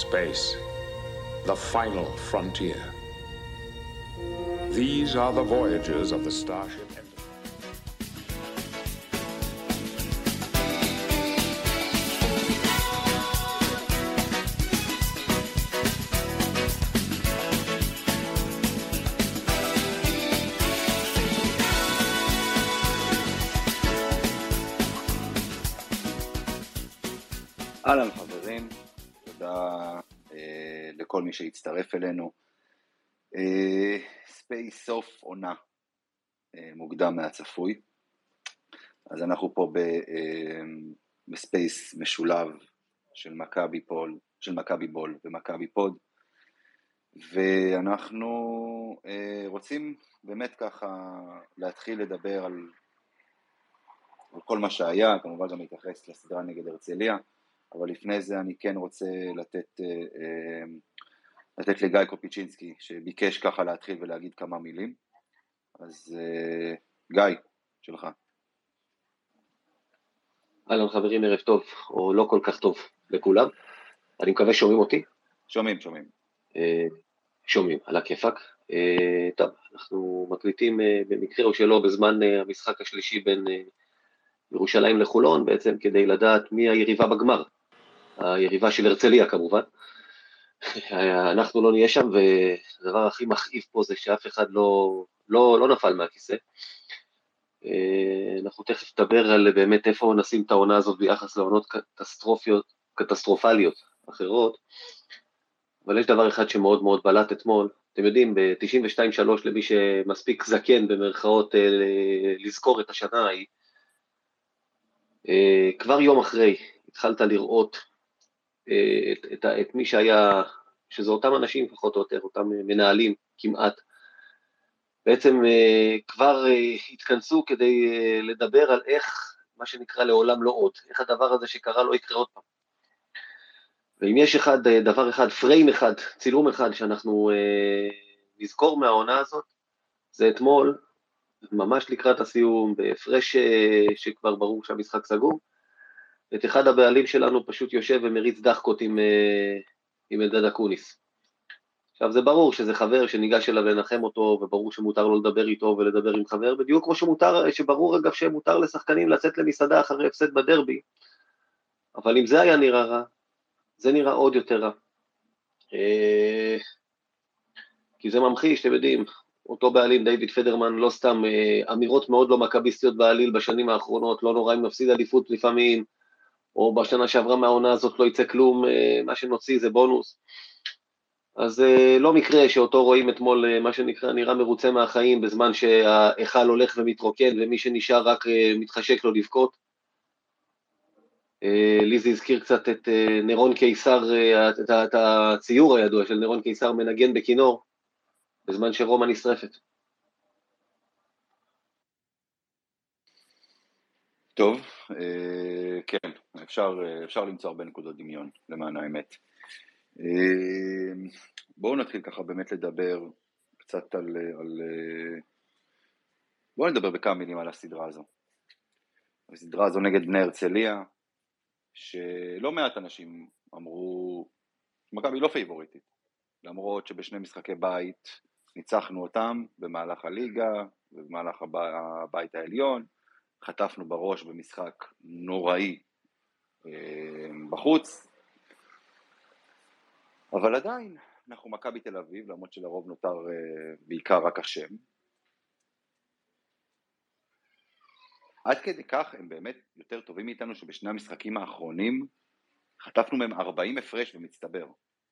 Space, the final frontier. These are the voyages of the Starship Enterprise. אהלן חברים, תודה לכל מי שהצטרף אלינו. ספייס סוף עונה מוקדם מהצפוי, אז אנחנו פה בספייס משולב של מכבי בול ומכבי פוד, ואנחנו רוצים באמת ככה להתחיל לדבר על כל מה שהיה, כמובן גם להתייחס לסדרה נגד הרצליה, אבל לפני זה אני כן רוצה לתת לגיא קופיצ'ינסקי, שביקש ככה להתחיל ולהגיד כמה מילים. אז גיא, שלך. אהלן חברים, ערב טוב, או לא כל כך טוב לכולם. אני מקווה שומעים אותי? שומעים. שומעים, על הכיפק. טוב, אנחנו מקליטים במקרה או שלא בזמן המשחק השלישי בין ירושלים לחולון, בעצם כדי לדעת מי היריבה בגמר. היריבה של הרצליה כמובן. אנחנו לא נהיה שם, והדבר הכי מכאיב פה זה שאף אחד לא נפל מהכיסא. אנחנו תכף נדבר על באמת איפה נשים את העונה הזאת ביחס לעונות קטסטרופליות אחרות, אבל יש דבר אחד שמאוד מאוד בלט אתמול. אתם יודעים, ב-92-3 למי שמספיק זקן במרכאות לזכור את השנה ההיא, כבר יום אחרי התחלת לראות את מי שהיה, שזה אותם אנשים פחות או יותר, אותם מנהלים כמעט, בעצם כבר התכנסו כדי לדבר על איך, מה שנקרא לעולם לא עוד, איך הדבר הזה שקרה לא יקרה עוד פעם. ואם יש דבר אחד, פריים אחד, צילום אחד שאנחנו נזכור מהעונה הזאת, זה אתמול, ממש לקראת הסיום, בהפרש שכבר ברור שהמשחק סגור, את אחד הבעלים שלנו פשוט יושב ומריץ דחקות עם אלדד אקוניס. עכשיו זה ברור שזה חבר שניגש אליו לנחם אותו, וברור שמותר לו לדבר איתו ולדבר עם חבר, בדיוק כמו שברור אגב שמותר לשחקנים לצאת למסעדה אחרי הפסד בדרבי, אבל אם זה היה נראה רע, זה נראה עוד יותר רע. כי זה ממחיש, אתם יודעים, אותו בעלים, דיוויד פדרמן, לא סתם אמירות מאוד לא מכביסטיות בעליל בשנים האחרונות, לא נורא אם נפסיד עדיפות לפעמים, או בשנה שעברה מהעונה הזאת לא יצא כלום, מה שנוציא זה בונוס. אז לא מקרה שאותו רואים אתמול, מה שנקרא, נראה מרוצה מהחיים, בזמן שהאחל הולך ומתרוקן, ומי שנשאר רק מתחשק לו לבכות. לי זה הזכיר קצת את נירון קיסר, את הציור הידוע של נירון קיסר מנגן בכינור, בזמן שרומא נשרפת. טוב, כן, אפשר למצוא הרבה נקודות דמיון, למען האמת. בואו נתחיל ככה באמת לדבר קצת בואו נדבר בכמה מילים על הסדרה הזו. הסדרה הזו נגד בני הרצליה, שלא מעט אנשים אמרו, מכבי לא פייבוריטית, למרות שבשני משחקי בית ניצחנו אותם במהלך הליגה ובמהלך הבית העליון, חטפנו בראש במשחק נוראי בחוץ, אבל עדיין אנחנו מכבי תל אביב, למרות שלרוב נותר בעיקר רק השם. עד כדי כך הם באמת יותר טובים מאיתנו, שבשני המשחקים האחרונים חטפנו מהם 40 הפרש ומצטבר.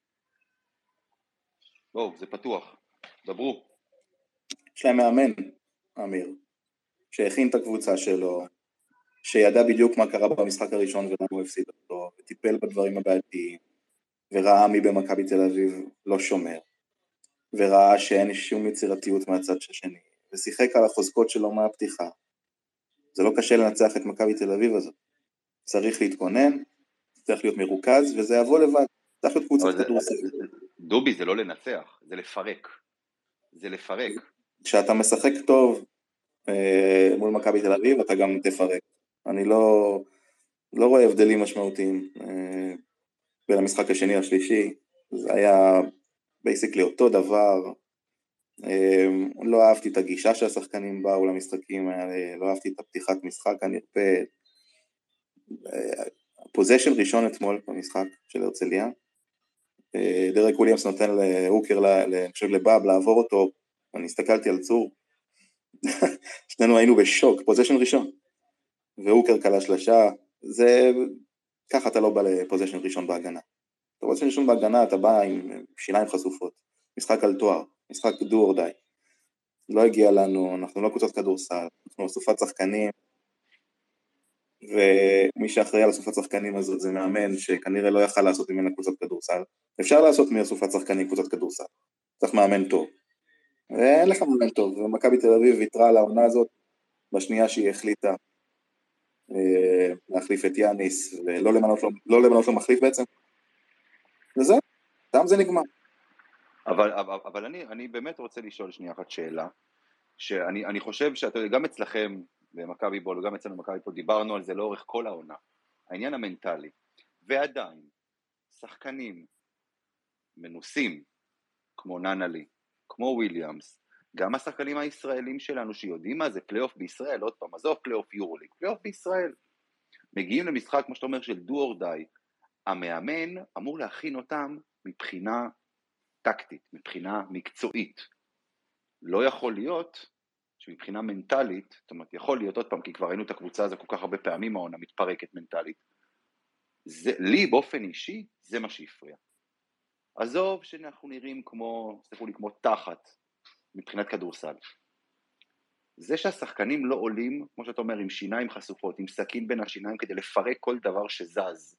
בואו, זה פתוח, דברו. יש להם מאמן, אמיר, שהכין את הקבוצה שלו, שידע בדיוק מה קרה במשחק הראשון ולמה הוא הפסיד אותו, וטיפל בדברים הבעייתיים, וראה מי במכבי תל אביב לא שומר, וראה שאין שום יצירתיות מהצד השני, ושיחק על החוזקות שלו מהפתיחה. זה לא קשה לנצח את מכבי תל אביב הזאת. צריך להתכונן, צריך להיות מרוכז, וזה יבוא לבד. צריך להיות קבוצת כדורסל. דובי, זה לא לנצח, זה לפרק. זה לפרק. כשאתה משחק טוב מול מכבי תל אביב, אתה גם תפרק. אני לא רואה הבדלים משמעותיים. בין המשחק השני לשלישי, זה היה בייסיקלי אותו דבר. לא אהבתי את הגישה שהשחקנים באו למשחקים האלה, לא אהבתי את הפתיחת משחק הנרפאת. פוזיישן ראשון אתמול במשחק של הרצליה, דרק וויליאמס נותן להוקר, אני חושב לבאב, לעבור אותו, אני הסתכלתי על צור, שנינו היינו בשוק, פוזיישן ראשון, והוקר קלה שלשה, זה, ככה אתה לא בא לפוזיישן ראשון בהגנה. פוזיישן ראשון בהגנה אתה בא עם שיניים חשופות, משחק על תואר, משחק do or die. לא הגיע לנו, אנחנו לא קבוצת כדורסל, אנחנו אסופת שחקנים, ומי שאחראי על אסופת שחקנים הזאת זה מאמן שכנראה לא יכל לעשות ממנה קבוצת כדורסל. אפשר לעשות מאסופת שחקנים קבוצת כדורסל, צריך מאמן טוב. ואין לך מאמן טוב, ומכבי תל אביב ויתרה על העונה הזאת בשנייה שהיא החליטה להחליף את יאניס, ולא למנות לו מחליף בעצם. וזה, גם זה נגמר. אבל אני באמת רוצה לשאול שנייה אחת שאלה, שאני חושב שאתה יודע, גם אצלכם במכבי בול וגם אצלנו במכבי פה דיברנו על זה לאורך כל העונה, העניין המנטלי, ועדיין שחקנים מנוסים כמו ננלי, כמו וויליאמס, גם השחקנים הישראלים שלנו שיודעים מה זה פלייאוף בישראל, עוד פעם, עזוב פלייאוף יורוליג, פלייאוף בישראל, מגיעים למשחק כמו שאתה אומר של do or die, המאמן אמור להכין אותם מבחינה טקטית, מבחינה מקצועית. לא יכול להיות שמבחינה מנטלית, זאת אומרת, יכול להיות עוד פעם, כי כבר ראינו את הקבוצה הזו כל כך הרבה פעמים, העונה מתפרקת מנטלית. לי באופן אישי, זה מה שהפריע. עזוב שאנחנו נראים כמו, סליחו לי, כמו תחת, מבחינת כדורסל. זה שהשחקנים לא עולים, כמו שאתה אומר, עם שיניים חשופות, עם סכין בין השיניים, כדי לפרק כל דבר שזז.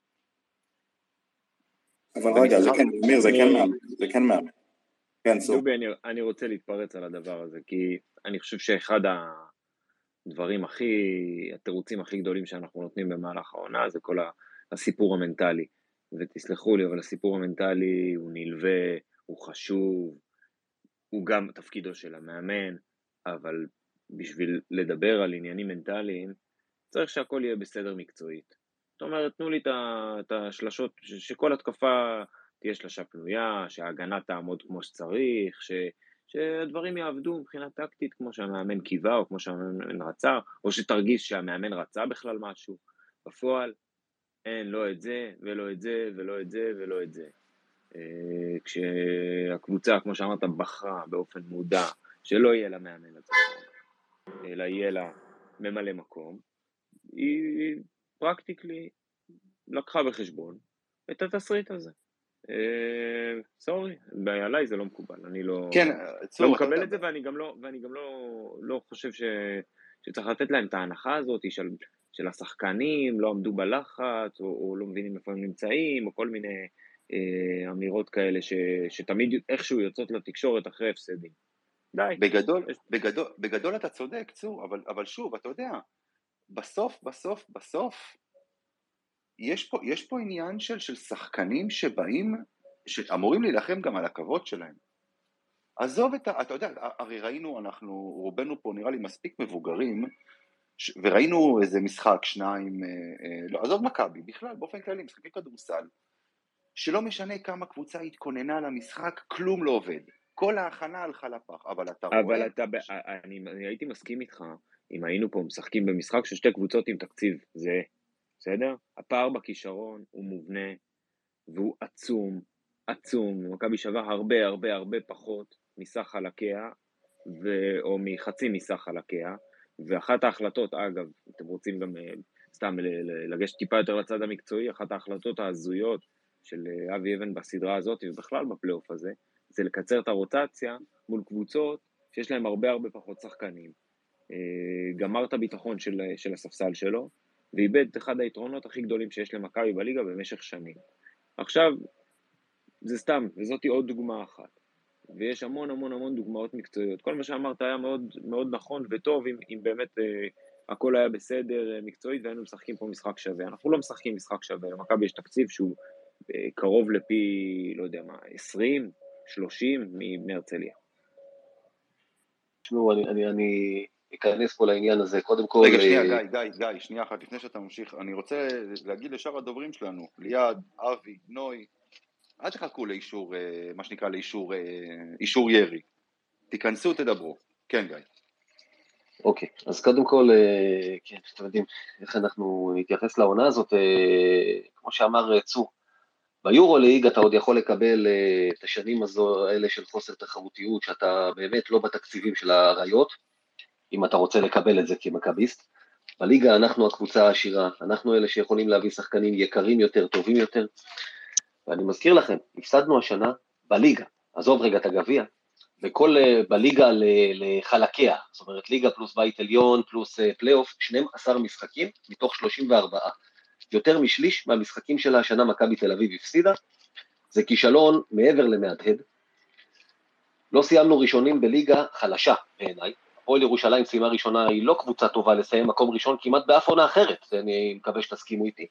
אבל רגע, זה כן מאמן. כן, דובי, אני רוצה להתפרץ על הדבר הזה, כי אני חושב שאחד הדברים התירוצים הכי גדולים שאנחנו נותנים במהלך העונה, זה כל הסיפור המנטלי. ותסלחו לי, אבל הסיפור המנטלי הוא נלווה, הוא חשוב, הוא גם תפקידו של המאמן, אבל בשביל לדבר על עניינים מנטליים, צריך שהכל יהיה בסדר מקצועית. זאת אומרת, תנו לי את השלשות, שכל התקפה תהיה שלשה פנויה, שההגנה תעמוד כמו שצריך, שהדברים יעבדו מבחינה טקטית, כמו שהמאמן קיווה, או כמו שהמאמן רצה, או שתרגיש שהמאמן רצה בכלל משהו. בפועל, אין לא את זה, ולא את זה, ולא את זה, ולא את זה. כשהקבוצה, כמו שאמרת, בחרה באופן מודע, שלא יהיה לה מאמן הצלחה, אלא יהיה לה ממלא מקום, היא פרקטיקלי לקחה בחשבון את התסריט הזה. סורי, עליי זה לא מקובל, אני לא מקבל את זה, ואני גם לא חושב שצריך לתת להם את ההנחה הזאת של השחקנים, לא עמדו בלחץ, או לא מבינים איפה הם נמצאים, או כל מיני אמירות כאלה שתמיד איכשהו יוצאות לתקשורת אחרי הפסדים. די. בגדול אתה צודק, צור, אבל שוב, אתה יודע, בסוף, יש פה עניין של שחקנים שבאים, שאמורים להילחם גם על הכבוד שלהם. עזוב אתה יודע, הרי ראינו, רובנו פה נראה לי מספיק מבוגרים, וראינו איזה משחק, שניים, לא, עזוב מכבי, בכלל, באופן כללי, משחקים כדורסל, שלא משנה כמה קבוצה התכוננה למשחק, כלום לא עובד. כל ההכנה הלכה לפח, אבל אתה רואה... אני הייתי מסכים איתך, אם היינו פה משחקים במשחק של שתי קבוצות עם תקציב, זה, בסדר? הפער בכישרון הוא מובנה, והוא עצום, מכבי שווה הרבה פחות מסך חלקיה, או מחצי מסך חלקיה, ואחת ההחלטות, אגב, אתם רוצים גם סתם לגשת טיפה יותר לצד המקצועי, אחת ההחלטות ההזויות של אבי אבן בסדרה הזאת, ובכלל בפלייאוף הזה, זה לקצר את הרוטציה מול קבוצות שיש להם הרבה פחות שחקנים. גמר את הביטחון של הספסל שלו, ואיבד את אחד היתרונות הכי גדולים שיש למכבי בליגה במשך שנים. עכשיו, זה סתם, וזאת עוד דוגמה אחת. ויש המון דוגמאות מקצועיות. כל מה שאמרת היה מאוד, מאוד נכון וטוב, אם באמת הכל היה בסדר מקצועית, והיינו משחקים פה משחק שווה. אנחנו לא משחקים משחק שווה, למכבי יש תקציב שהוא קרוב לפי, לא יודע מה, 20, 30 מהרצליה. תשמעו, ניכנס פה לעניין הזה, קודם כל... רגע, שנייה, גיא, שנייה אחת, לפני שאתה ממשיך, אני רוצה להגיד לשאר הדוברים שלנו, ליעד, אבי, נוי, אל תחכו לאישור, מה שנקרא אישור ירי, תיכנסו, תדברו, כן גיא. אוקיי, אז קודם כל, כן, אתם יודעים איך אנחנו נתייחס לעונה הזאת, כמו שאמר צור, ביורוליג אתה עוד יכול לקבל את השנים האלה של חוסר תחרותיות, שאתה באמת לא בתקציבים של הראיות, אם אתה רוצה לקבל את זה כמכביסט. בליגה אנחנו הקבוצה העשירה, אנחנו אלה שיכולים להביא שחקנים יקרים יותר, טובים יותר, ואני מזכיר לכם, הפסדנו השנה בליגה, עזוב רגע את הגביע, בליגה לחלקיה, זאת אומרת ליגה פלוס בית עליון פלוס פלייאוף, 12 משחקים מתוך 34, יותר משליש מהמשחקים של השנה מכבי תל אביב הפסידה, זה כישלון מעבר למהדהד, לא סיימנו ראשונים בליגה חלשה בעיניי, הפועל ירושלים סיימה ראשונה היא לא קבוצה טובה לסיים מקום ראשון כמעט באף עונה אחרת, אני מקווה שתסכימו איתי,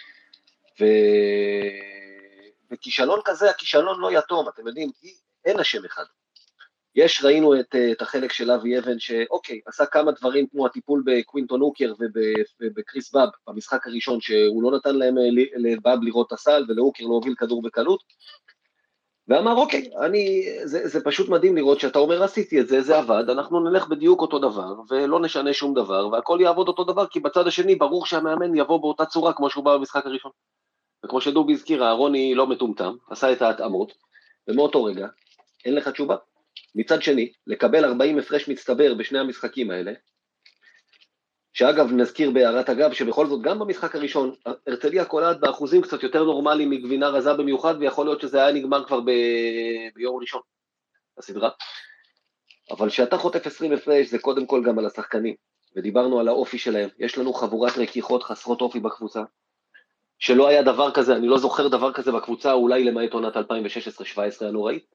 וכישלון כזה, הכישלון לא יתום, אתם יודעים, אין השם אחד, ראינו את החלק של אבי אבן, שאוקיי, עשה כמה דברים כמו הטיפול בקווינטון הוקר ובקריס באב, במשחק הראשון, שהוא לא נתן להם לבאב לראות את הסל, ולהוקר להוביל כדור בקלות, ואמר אוקיי, זה פשוט מדהים לראות שאתה אומר עשיתי את זה, זה עבד, אנחנו נלך בדיוק אותו דבר, ולא נשנה שום דבר, והכל יעבוד אותו דבר, כי בצד השני ברור שהמאמן יבוא באותה צורה, כמו שהוא בא במשחק הראשון, וכמו שדובי הזכירה, רוני לא מטומטם, עשה את ההתאמות, ומאותו רגע, אין לך תשובה. מצד שני, לקבל 40 הפרש מצטבר בשני המשחקים האלה, שאגב נזכיר בהערת אגב, שבכל זאת גם במשחק הראשון, הרצליה קולעת באחוזים קצת יותר נורמליים מגבינה רזה במיוחד, ויכול להיות שזה היה נגמר כבר ביום ראשון, הסדרה. אבל שאתה חוטף 20 הפרש, זה קודם כל גם על השחקנים, ודיברנו על האופי שלהם, יש לנו חבורת רכיחות חסרות אופי בקבוצה, שלא היה דבר כזה, אני לא זוכר דבר כזה בקבוצה, אולי למעט עונת 2016-2017 הנוראית,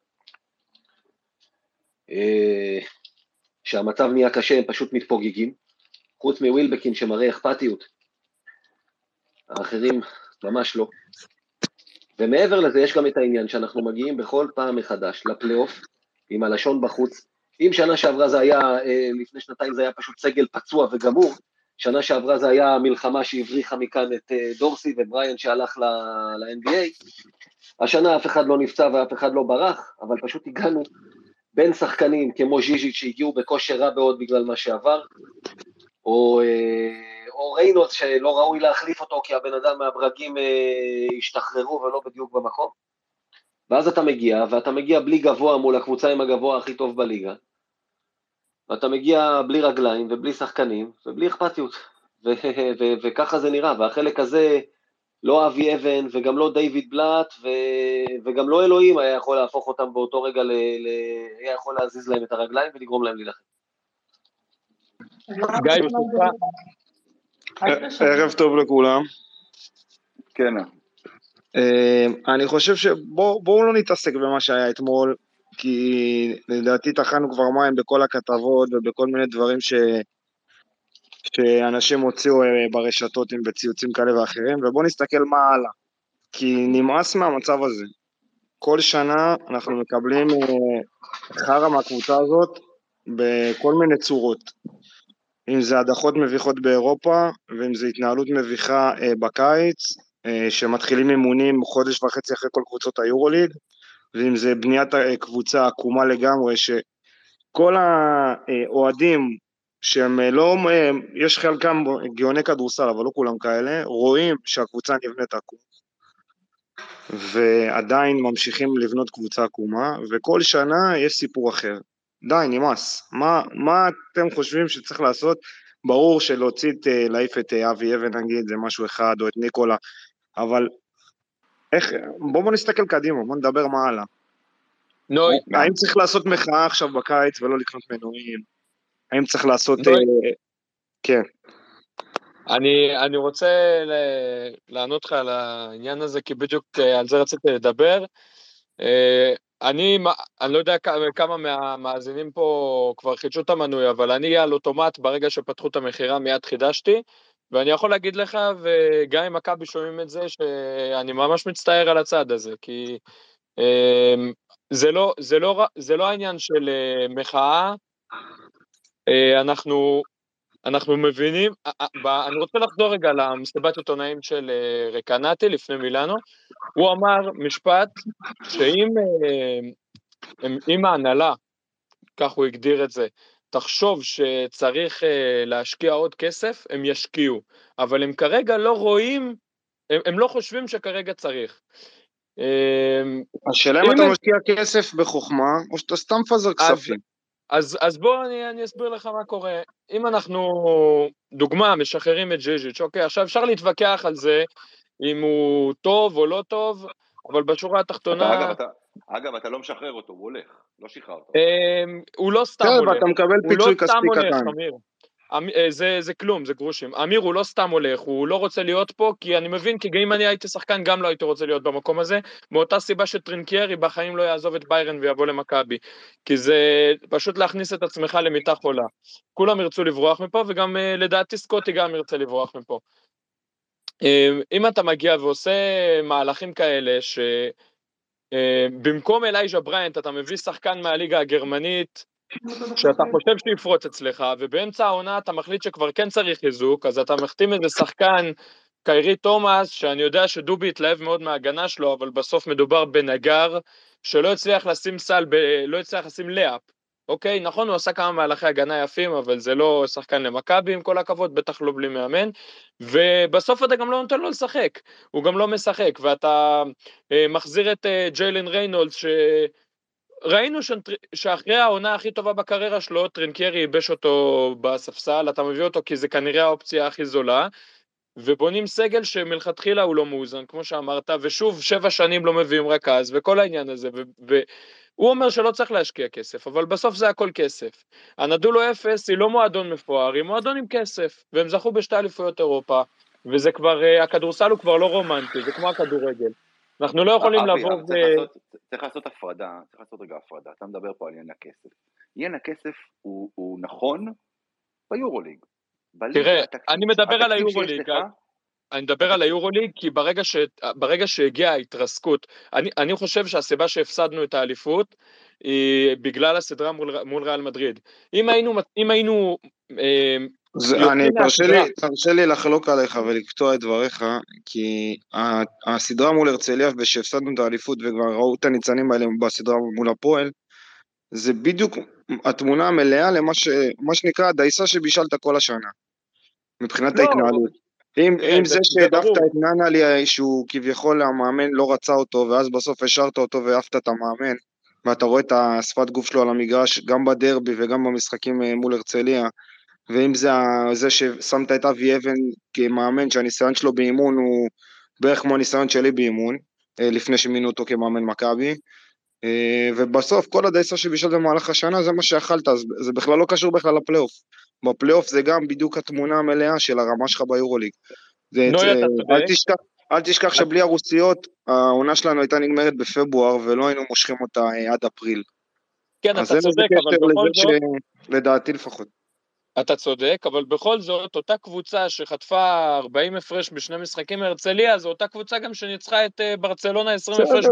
שהמצב נהיה קשה, הם פשוט מתפוגגים, חוץ מווילבקין שמראה אכפתיות, האחרים ממש לא, ומעבר לזה יש גם את העניין שאנחנו מגיעים בכל פעם מחדש לפלייאוף, עם הלשון בחוץ, אם שנה שעברה זה היה, לפני שנתיים זה היה פשוט סגל פצוע וגמור, שנה שעברה זה היה מלחמה שהבריחה מכאן את דורסי ובריין שהלך ל-NBA, השנה אף אחד לא נפצע ואף אחד לא ברח, אבל פשוט הגענו בין שחקנים כמו ז'יז'יץ' שהגיעו בכושר רע מאוד בגלל מה שעבר, או ריינולדס שלא ראוי להחליף אותו כי הבן אדם מהברגים השתחררו ולא בדיוק במקום, ואז אתה מגיע בלי גבוה מול הקבוצה עם הגבוה הכי טוב בליגה, ואתה מגיע בלי רגליים ובלי שחקנים ובלי אכפתיות, וככה זה נראה, והחלק הזה לא אבי אבן וגם לא דיוויד בלאט וגם לא אלוהים היה יכול להפוך אותם באותו רגע, היה יכול להזיז להם את הרגליים ולגרום להם להילחם. גיא, ערב טוב לכולם. כן. אני חושב שבואו לא נתעסק במה שהיה אתמול, כי לדעתי תחנו כבר מים בכל הכתבות ובכל מיני דברים שאנשים הוציאו ברשתות עם בציוצים כאלה ואחרים, ובואו נסתכל מה הלאה, כי נמאס מהמצב הזה. כל שנה אנחנו מקבלים חרא מהקבוצה הזאת בכל מיני צורות. אם זה הדחות מביכות באירופה, ואם זה התנהלות מביכה בקיץ, שמתחילים אימונים חודש וחצי אחרי כל קבוצות היורוליג, ואם זה בניית קבוצה עקומה לגמרי, שכל האוהדים, שהם לא, יש חלקם גאוני כדורסל, אבל לא כולם כאלה, רואים שהקבוצה נבנית עקום, ועדיין ממשיכים לבנות קבוצה עקומה, וכל שנה יש סיפור אחר. די, נמאס. מה אתם חושבים שצריך לעשות? ברור שלהוציא להעיף את אבי אבן, נגיד, זה משהו אחד, או את ניקולה, אבל בואו נסתכל קדימה, בואו נדבר מה הלאה. נוי. האם צריך לעשות מחאה עכשיו בקיץ ולא לקנות מנויים? האם צריך לעשות... כן. אני רוצה לענות לך על העניין הזה, כי בדיוק על זה רציתי לדבר. אני לא יודע כמה מהמאזינים פה כבר חידשו את המנוי, אבל אני על אוטומט ברגע שפתחו את המחירה מיד חידשתי, ואני יכול להגיד לך, וגם אם מכבי שומעים את זה, שאני ממש מצטער על הצעד הזה, כי זה לא העניין של מחאה, אנחנו מבינים, אני רוצה לחזור רגע למסיבת עיתונאים של רקנטי לפני מילאנו, הוא אמר משפט שאם ההנהלה, כך הוא הגדיר את זה, תחשוב שצריך להשקיע עוד כסף, הם ישקיעו, אבל הם כרגע לא רואים, הם לא חושבים שכרגע צריך. השאלה אם אתה משקיע כסף בחוכמה, או שאתה סתם מפזר כספים. אז בוא אני אסביר לך מה קורה. אם אנחנו, דוגמה, משחררים את ז'יז'יץ', אוקיי, עכשיו אפשר להתווכח על זה, אם הוא טוב או לא טוב, אבל בשורה התחתונה... אגב, אתה לא משחרר אותו, הוא הולך, לא שחרר אותו. הוא לא סתם הולך. ואתה מקבל פיצוי כספי קטן. זה כלום, זה גרושים. אמיר הוא לא סתם הולך, הוא לא רוצה להיות פה, כי אני מבין, כי אם אני הייתי שחקן, גם לא הייתי רוצה להיות במקום הזה, מאותה סיבה שטרינקיירי בחיים לא יעזוב את ביירן ויבוא למכבי, כי זה פשוט להכניס את עצמך למיטה חולה. כולם ירצו לברוח מפה, וגם לדעתי סקוטי גם ירצה לברוח מפה. אם אתה מגיע ועושה מהלכים כאלה, שבמקום אלייג'ה בריינט אתה מביא שחקן מהליגה הגרמנית, שאתה חושב שיפרוץ אצלך, ובאמצע העונה אתה מחליט שכבר כן צריך חיזוק, אז אתה מחתים איזה שחקן, קיירי תומאס, שאני יודע שדובי התלהב מאוד מההגנה שלו, אבל בסוף מדובר בנגר, שלא הצליח לשים לא הצליח לשים לאפ, אוקיי? נכון, הוא עשה כמה מהלכי הגנה יפים, אבל זה לא שחקן למכבי עם כל הכבוד, בטח לא בלי מאמן, ובסוף אתה גם לא נותן לו לשחק, הוא גם לא משחק, ואתה מחזיר את ג'יילן ריינולדס, ראינו שאחרי העונה הכי טובה בקריירה שלו, טרינקיירי ייבש אותו בספסל, אתה מביא אותו כי זה כנראה האופציה הכי זולה, ובונים סגל שמלכתחילה הוא לא מאוזן, כמו שאמרת, ושוב 7 שנים לא מביאים רכז, וכל העניין הזה, והוא אומר שלא צריך להשקיע כסף, אבל בסוף זה הכל כסף. הנדולו אפס היא לא מועדון מפואר, היא מועדון עם כסף, והם זכו בשתי אליפויות אירופה, וזה כבר, הכדורסל הוא כבר לא רומנטי, זה כמו הכדורגל. אנחנו לא יכולים לבוא צריך לעשות הפרדה, צריך לעשות רגע הפרדה, אתה מדבר פה על עניין הכסף. עניין הכסף הוא נכון ביורוליג. תראה, אני מדבר על היורוליג, כי ברגע שהגיעה ההתרסקות, אני חושב שהסיבה שהפסדנו את האליפות, היא בגלל הסדרה מול ריאל מדריד. אם היינו תרשה לי לחלוק עליך ולקטוע את דבריך, כי הסדרה מול הרצליה ושהפסדנו את האליפות וכבר ראו את הניצנים האלה בסדרה מול הפועל, זה בדיוק התמונה המלאה מה שנקרא הדייסה שבישלת כל השנה, מבחינת ההתנהלות. אם זה שהדפת את ננלי שהוא כביכול המאמן לא רצה אותו, ואז בסוף השארת אותו והפת את המאמן, ואתה רואה את השפת גוף שלו על המגרש, גם בדרבי וגם במשחקים מול הרצליה, ואם זה ששמת את אבי אבן כמאמן שהניסיון שלו באימון הוא בערך כמו הניסיון שלי באימון, לפני שמינו אותו כמאמן מכבי, ובסוף כל הדייסה שבישל במהלך השנה זה מה שאכלת, אז זה בכלל לא קשור בכלל לפלייאוף. בפלייאוף זה גם בדיוק התמונה המלאה של הרמה שלך ביורוליג. אל תשכח שבלי הרוסיות, העונה שלנו הייתה נגמרת בפברואר, ולא היינו מושכים אותה עד אפריל. כן, אתה צודק, אבל בכל זאת... לדעתי לפחות. אתה צודק, אבל בכל זאת, אותה קבוצה שחטפה 40 הפרש בשני משחקים מהרצליה, זו אותה קבוצה גם שניצחה את ברצלונה 20 הפרש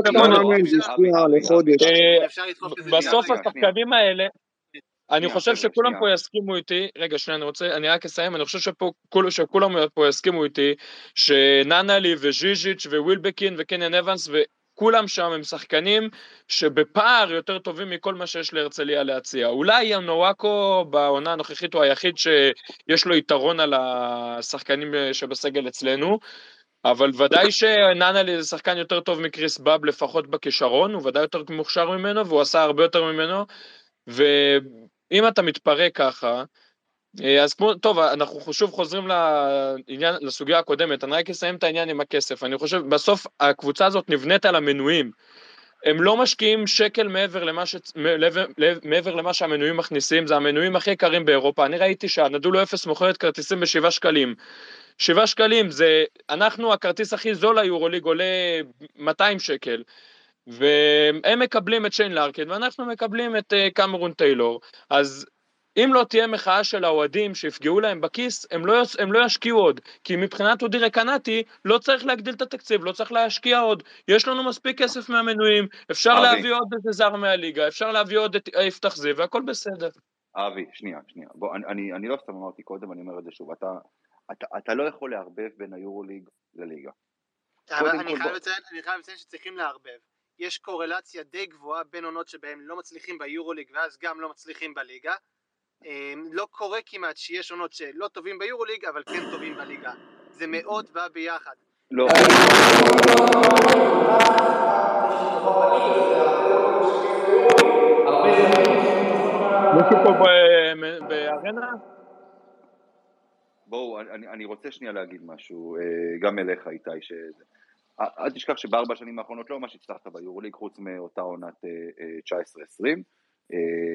בסוף השחקנים האלה, אני חושב שכולם פה יסכימו איתי, רגע שנייה, אני רק אסיים, אני חושב שכולם פה יסכימו איתי, שננלי וז'יז'יץ' ווילבקין וקניאן אבנס כולם שם הם שחקנים שבפער יותר טובים מכל מה שיש להרצליה להציע. אולי ינואקו בעונה הנוכחית הוא היחיד שיש לו יתרון על השחקנים שבסגל אצלנו, אבל ודאי שננלי זה שחקן יותר טוב מקריס באב לפחות בכישרון, הוא ודאי יותר מוכשר ממנו והוא עשה הרבה יותר ממנו, ואם אתה מתפרק ככה, אז כמו, טוב, אנחנו שוב חוזרים לסוגיה הקודמת, אני רק אסיים את העניין עם הכסף, אני חושב, בסוף הקבוצה הזאת נבנית על המנויים, הם לא משקיעים שקל מעבר למה שהמנויים מכניסים, זה המנויים הכי יקרים באירופה, אני ראיתי שהנדולו אפס מוכרת כרטיסים ב7 שקלים, 7 שקלים זה, הכרטיס הכי זול ליורוליג עולה 200 שקל, והם מקבלים את שיין לארקין, ואנחנו מקבלים את קמרון טיילור, אז אם לא תהיה מחאה של האוהדים שיפגעו להם בכיס, הם לא ישקיעו עוד, כי מבחינת אודי רקנטי לא צריך להגדיל את התקציב, לא צריך להשקיע עוד, יש לנו מספיק כסף מהמנויים, אפשר להביא עוד איזה זר מהליגה, אפשר להביא עוד את יפתח זיו, והכל בסדר. אבי, שנייה. בוא, אני לא סתם אמרתי קודם, אני אומר את זה שוב. אתה לא יכול לערבב בין היורוליג לליגה. אני חייב לציין שצריכים לערבב. יש קורלציה די גבוהה בין עונות שבהם לא מצליחים ביורוליג ואז גם לא מצליחים בליגה. לא קורה כמעט שיש עונות שלא טובים ביורוליג אבל כן טובים בליגה. זה מאוד בא ביחד. לא. מישהו פה בארנה? בואו, אני רוצה שנייה להגיד משהו, גם אליך איתי, אל תשכח שבארבע השנים האחרונות לא ממש הצלחת ביורוליג, חוץ מאותה עונת 19-20,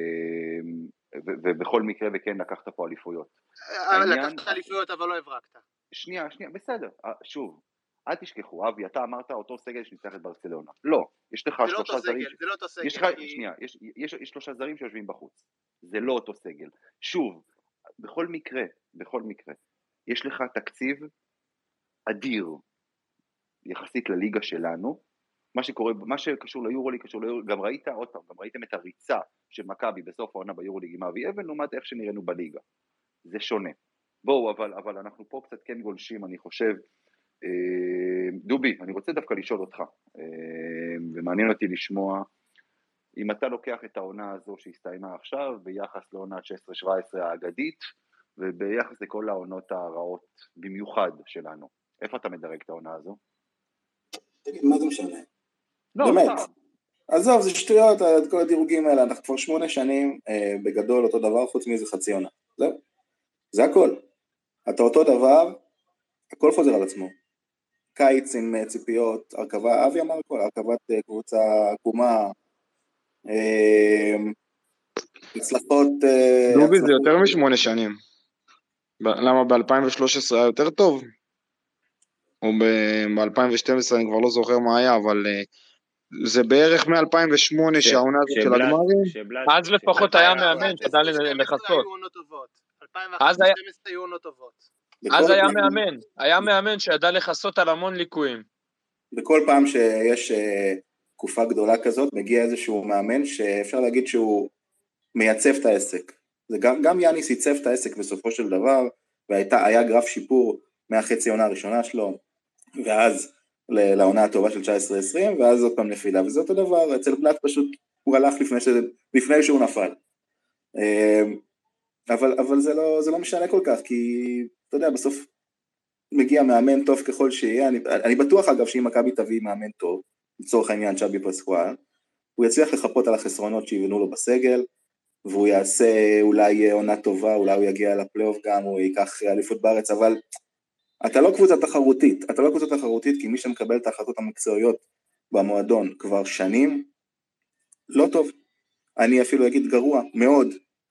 ובכל מקרה וכן לקחת פה אליפויות. לקחת אליפויות אבל לא הברקת. שנייה, בסדר, שוב, אל תשכחו, אבי, אתה אמרת אותו סגל שניצח את ברצלונה. לא, יש לך שלושה זרים. זה לא אותו סגל. שנייה, יש שלושה זרים שיושבים בחוץ. זה לא אותו סגל. שוב, בכל מקרה, יש לך תקציב אדיר, יחסית לליגה שלנו, מה שקשור ליורוליג, גם ראיתם את הריצה של מכבי בסוף העונה ביורוליג עם אבי אבן, לעומת איך שנראינו בליגה. זה שונה. בואו, אבל אנחנו פה קצת כן גולשים, אני חושב, דובי, אני רוצה דווקא לשאול אותך, ומעניין אותי לשמוע, אם אתה לוקח את העונה הזו שהסתיימה עכשיו, ביחס לעונה 16-17 האגדית, וביחס לכל העונות הרעות במיוחד שלנו, איפה אתה מדרג את העונה הזו? תגיד, מה זה משנה? לא, באמת. עזוב, זה שטויות, את כל הדירוגים האלה, אנחנו כבר 8 שנים בגדול אותו דבר, חוץ מאיזה חצי עונה. זהו. זה הכל. אתה אותו דבר, הכל חוזר על עצמו. קיץ עם ציפיות, הרכבה, אבי אמר הכל, הרכבת קבוצה עקומה, הצלחות... דובי זה יותר מ8 שנים. למה ב-2013 היה יותר טוב? או ב-2012 אני כבר לא זוכר מה היה, אבל זה בערך מ-2008 שהעונה הזאת של הגמרים. אז לפחות היה מאמן שדע לחסות. אז היו עונות טובות. אז היה מאמן שידע לחסות על המון ליקויים. בכל פעם שיש תקופה גדולה כזאת, מגיע איזשהו מאמן שאפשר להגיד שהוא מייצב את העסק. גם יאניס ייצב את העסק בסופו של דבר, והיה גרף שיפור מהחצי עונה הראשונה שלו, ואז לעונה הטובה של 19-20, ואז עוד פעם נפילה, וזה אותו דבר, אצל בלאט פשוט הוא הלך לפני שהוא נפל. אבל זה לא משנה כל כך, כי אתה יודע, בסוף מגיע מאמן טוב ככל שיהיה, אני בטוח אגב שאם מכבי תביא מאמן טוב, לצורך העניין צ'אבי פסקואל, הוא יצליח לחפות על החסרונות שיבנו לו בסגל, והוא יעשה אולי עונה טובה, אולי הוא יגיע לפלייאוף גם, הוא ייקח אליפות בארץ, אבל אתה לא קבוצה תחרותית, כי מי שמקבל את ההחלטות המקצועיות במועדון כבר שנים, לא טוב. אני אפילו אגיד גרוע, מאוד.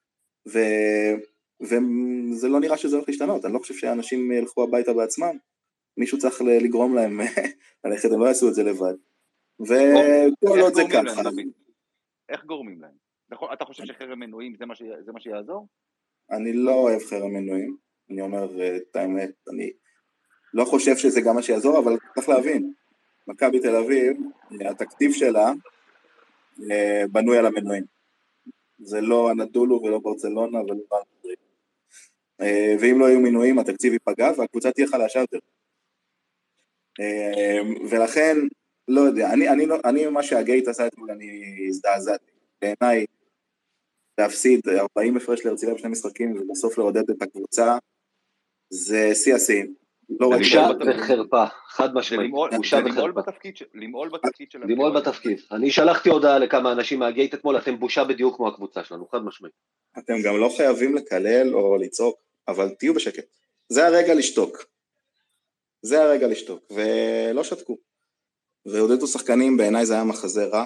וזה לא נראה שזה הולך להשתנות, אני לא חושב שאנשים ילכו הביתה בעצמם, מישהו צריך לגרום להם ללכת, הם לא יעשו את זה לבד. וכל עוד זה ככה. איך גורמים להם? אתה חושב שחרם מנויים זה מה שיעזור? אני לא אוהב חרם מנויים, אני אומר את האמת, אני לא חושב שזה גם מה שיעזור, אבל צריך להבין, מכבי תל אביב, התקציב שלה בנוי על המנויים. זה לא אנדולו ולא ברצלונה ולא מדריד. ואם לא יהיו מנויים, התקציב ייפגע והקבוצה תהיה חלשה יותר. ולכן, לא יודע, אני מה שהגייט עשה אתמול, אני הזדעזעתי. בעיניי, להפסיד 40 הפרש להרצליה בשני משחקים ובסוף לעודד את הקבוצה, זה שיא השיאים. בושה וחרפה, חד משמעית. למעול בתפקיד. אני שלחתי הודעה לכמה אנשים מהגייט אתמול, אתם בושה בדיוק כמו הקבוצה שלנו, חד משמעית. אתם גם לא חייבים לקלל או לצעוק, אבל תהיו בשקט. זה הרגע לשתוק. ולא שתקו. והודדו שחקנים, בעיניי זה היה מחזה רע,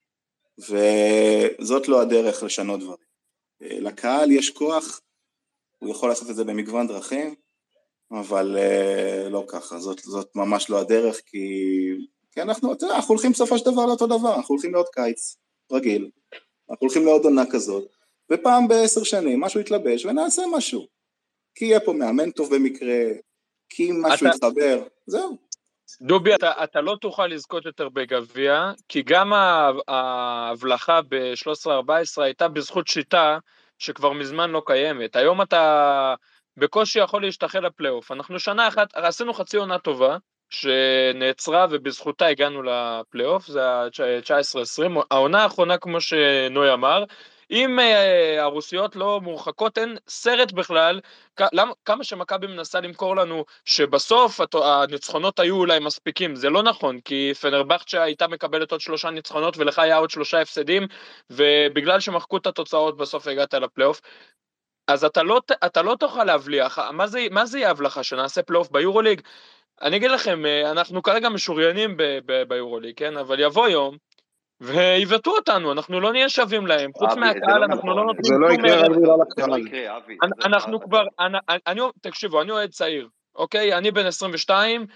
וזאת לא הדרך לשנות דברים. לקהל יש כוח, הוא יכול לעשות את זה במגוון דרכים, אבל לא ככה, זאת ממש לא הדרך, כי אנחנו הולכים בסופו של דבר לאותו דבר, אנחנו הולכים לעוד קיץ רגיל, אנחנו הולכים לעוד עונה כזאת, ופעם ב10 שנים משהו יתלבש ונעשה משהו, כי יהיה פה מאמן טוב במקרה, כי משהו יתחבר, זהו. דובי, אתה לא תוכל לזכות יותר בגביע, כי גם ההבלחה ב-13-14 הייתה בזכות שיטה שכבר מזמן לא קיימת. היום אתה בקושי יכול להשתחל לפלייאוף. אנחנו שנה אחת, עשינו חצי עונה טובה, שנעצרה ובזכותה הגענו לפלייאוף, זה ה-19-20, העונה האחרונה כמו שנוי אמר, אם הרוסיות לא מורחקות, אין סרט בכלל, כמה שמכבי מנסה למכור לנו שבסוף הניצחונות היו אולי מספיקים, זה לא נכון, כי פנרבחצ'ה הייתה מקבלת עוד 3 ניצחונות ולך היה עוד 3 הפסדים, ובגלל שמחקו את התוצאות בסוף הגעת לפלייאוף, אז אתה לא תוכל להבליח, מה זה יאב לך שנעשה פלייאוף ביורוליג? אני אגיד לכם, אנחנו כרגע משוריינים ביורוליג, כן? אבל יבוא יום, ויבטאו אותנו, אנחנו לא נהיה שווים להם, חוץ מהקהל אנחנו לא נותנים זה לא יקרה רק בגלל זה לא הקהל. יקרה, אבי. אנחנו כבר, תקשיבו, אני אוהד צעיר, אוקיי? אני בן 22,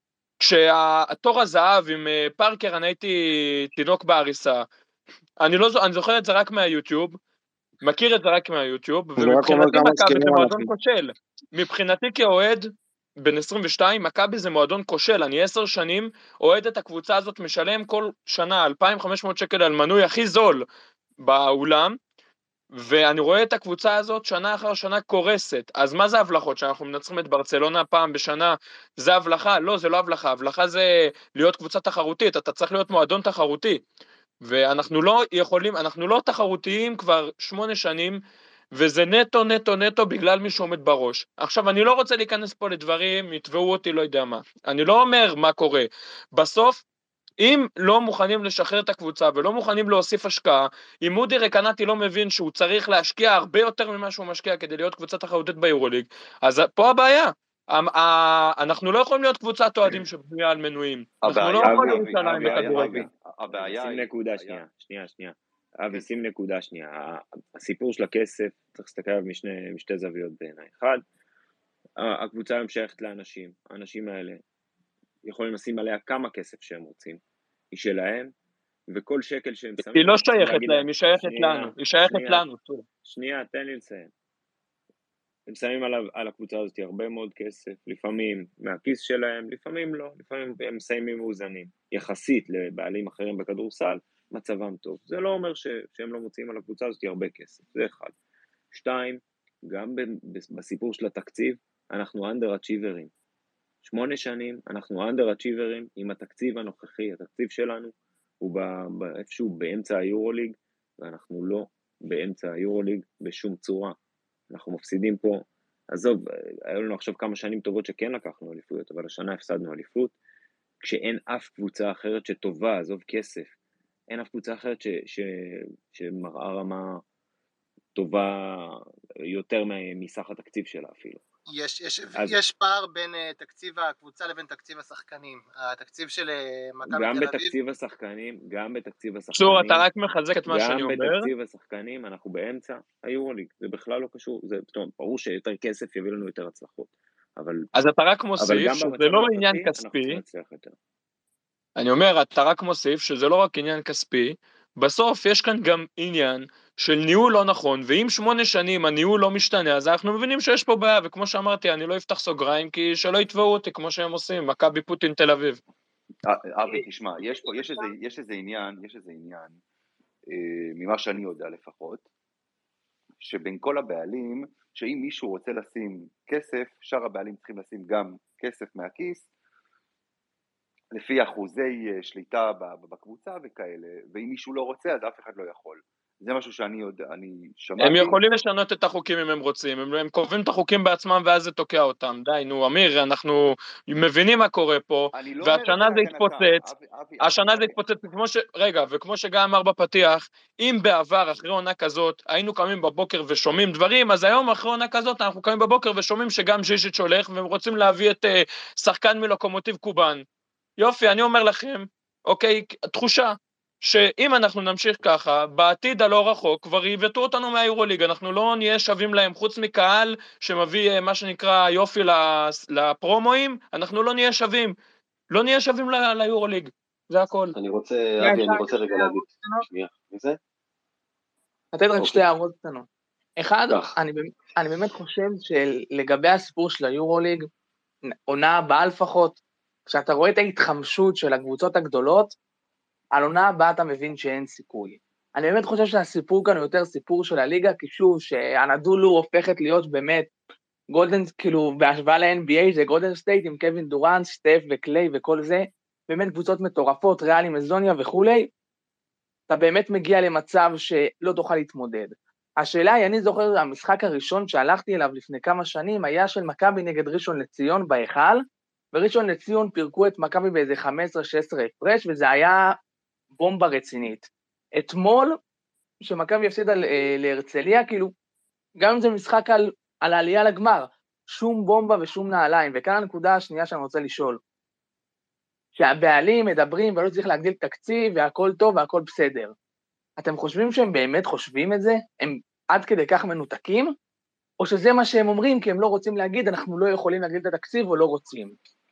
כשהתור הזהב עם פארקר, אני הייתי תינוק בעריסה, אני זוכר את זה רק מהיוטיוב, מכיר את זה רק מהיוטיוב, ומבחינתי מכבי זה מועדון כושל, מבחינתי כאוהד, בן 22, מכבי זה מועדון כושל, אני 10 שנים אוהד את הקבוצה הזאת, משלם כל שנה 2,500 שקל על מנוי הכי זול באולם, ואני רואה את הקבוצה הזאת שנה אחר שנה קורסת, אז מה זה הבלחות? שאנחנו מנצחים את ברצלונה פעם בשנה, זה הבלחה? לא, זה לא הבלחה, הבלחה זה להיות קבוצה תחרותית, אתה צריך להיות מועדון תחרותי, ואנחנו לא יכולים, אנחנו לא תחרותיים כבר 8 שנים, וזה נטו בגלל מי שעומד בראש. עכשיו, אני לא רוצה להיכנס פה לדברים, יתבעו אותי, לא יודע מה. אני לא אומר מה קורה. בסוף, אם לא מוכנים לשחרר את הקבוצה, ולא מוכנים להוסיף השקעה, אם מודי רקנטי לא מבין שהוא צריך להשקיע הרבה יותר ממה שהוא משקיע, כדי להיות קבוצה תחרותית ביורוליג, אז פה הבעיה. אנחנו לא יכולים להיות קבוצת אוהדים שבנויה על מנויים. אנחנו לא יכולים ירושלים בכדורגל. שים נקודה שנייה. אבי, שים נקודה שנייה. הסיפור של הכסף, צריך להסתכל עליו משתי זוויות בעיניי. אחד, הקבוצה המשכת לאנשים. האנשים האלה יכולים לשים עליה כמה כסף שהם רוצים. היא שלהם, וכל שקל שהם שמים... היא לא שייכת להם, היא שייכת לנו. היא שייכת לנו. שנייה, תן לי לסיים. הם שמים על הקבוצה הזאת הרבה מאוד כסף, לפעמים מהכיס שלהם, לפעמים לא, לפעמים הם מסיימים מאוזנים. יחסית לבעלים אחרים בכדורסל, מצבם טוב. זה לא אומר שהם לא מוצאים על הקבוצה הזאת הרבה כסף, זה אחד. 2, גם בסיפור של התקציב, אנחנו אנדר-אצ'יברים. 8 שנים, אנחנו אנדר-אצ'יברים עם התקציב הנוכחי, התקציב שלנו הוא איפשהו באמצע היורוליג, ואנחנו לא באמצע היורוליג בשום צורה. אנחנו מפסידים פה, עזוב, היו לנו עכשיו כמה שנים טובות שכן לקחנו אליפויות, אבל השנה הפסדנו אליפות, כשאין אף קבוצה אחרת שטובה, עזוב כסף, אין אף קבוצה אחרת שמראה רמה טובה יותר מסך התקציב שלה אפילו. יש פער בין תקציב הקבוצה לבין תקציב השחקנים. התקציב של מכבי תל אביב... גם בתקציב השחקנים. צור, אתה רק מחזק את מה שאני אומר. גם בתקציב השחקנים אנחנו באמצע היורוליג. זה בכלל לא קשור. זה ברור שיותר כסף יביא לנו יותר הצלחות. אז אתה רק מוסיף שזה לא עניין כספי. אני אומר, אתה רק מוסיף שזה לא רק עניין כספי. בסוף יש כאן גם עניין של ניהול לא נכון, ואם 8 שנים הניהול לא משתנה, אז אנחנו מבינים שיש פה בעיה, וכמו שאמרתי, אני לא אפתח סוגריים, כי שלא יתבעו אותי, כמו שהם עושים, מכבי פוטין תל אביב. אבי, תשמע, יש איזה עניין, ממה שאני יודע לפחות, שבין כל הבעלים, שאם מישהו רוצה לשים כסף, שאר הבעלים צריכים לשים גם כסף מהכיס, לפי אחוזי שליטה בקבוצה וכאלה, ואם מישהו לא רוצה, אז אף אחד לא יכול. זה משהו שאני יודע, אני שמעתי. הם יכולים לשנות את החוקים אם הם רוצים, הם קובעים את החוקים בעצמם ואז זה תוקע אותם. די, נו, אמיר, אנחנו מבינים מה קורה פה, והשנה זה יתפוצץ, השנה זה יתפוצץ, וכמו שגם אמר בפתיח, אם בעבר אחרי עונה כזאת, היינו קמים בבוקר ושומעים דברים, אז היום אחרי עונה כזאת אנחנו קמים בבוקר ושומעים שגם ז'יז'יץ' הולך, והם רוצים להביא את שחקן מלוקומוטיב קובן. יופי, אני אומר לכם, אוקיי, תחושה, שאם אנחנו נמשיך ככה, בעתיד הלא רחוק, כבר יבטאו אותנו מהיורוליג, אנחנו לא נהיה שווים להם, חוץ מקהל שמביא מה שנקרא יופי לפרומואים, אנחנו לא נהיה שווים, לא נהיה שווים ליורוליג, זה הכל. אני רוצה, אבי, אני רוצה רגע להגיד, שנייה, מי זה? לתת רק 2 הערות קטנות. אחד, אני באמת חושב שלגבי הסיפור של היורוליג, עונה הבאה לפחות, כשאתה רואה את ההתחמשות של הקבוצות הגדולות, על עונה הבאה אתה מבין שאין סיכוי. אני באמת חושב שהסיפור כאן הוא יותר סיפור של הליגה, כי שוב, שהנדולו הופכת להיות באמת גולדן, כאילו, בהשוואה ל-NBA זה גולדן סטייט עם קווין דורנט, סטף וקליי וכל זה, באמת קבוצות מטורפות, ריאלי, מזוניה וכולי, אתה באמת מגיע למצב שלא תוכל להתמודד. השאלה היא, אני זוכר, המשחק הראשון שהלכתי אליו לפני כמה שנים, היה של מכבי נגד ראשון לציון בהיכל, וראשון לציון פירקו את מכבי באיזה 15-16 הפרש, וזה היה בומבה רצינית. אתמול, שמכבי הפסידה להרצליה, כאילו, גם אם זה משחק על העלייה לגמר, שום בומבה ושום נעליים, וכאן הנקודה השנייה שאני רוצה לשאול, שהבעלים מדברים ולא צריך להגדיל תקציב, והכל טוב והכל בסדר. אתם חושבים שהם באמת חושבים את זה? הם עד כדי כך מנותקים? או שזה מה שהם אומרים, כי הם לא רוצים להגיד, אנחנו לא יכולים להגדיל את התקציב או לא רוצים?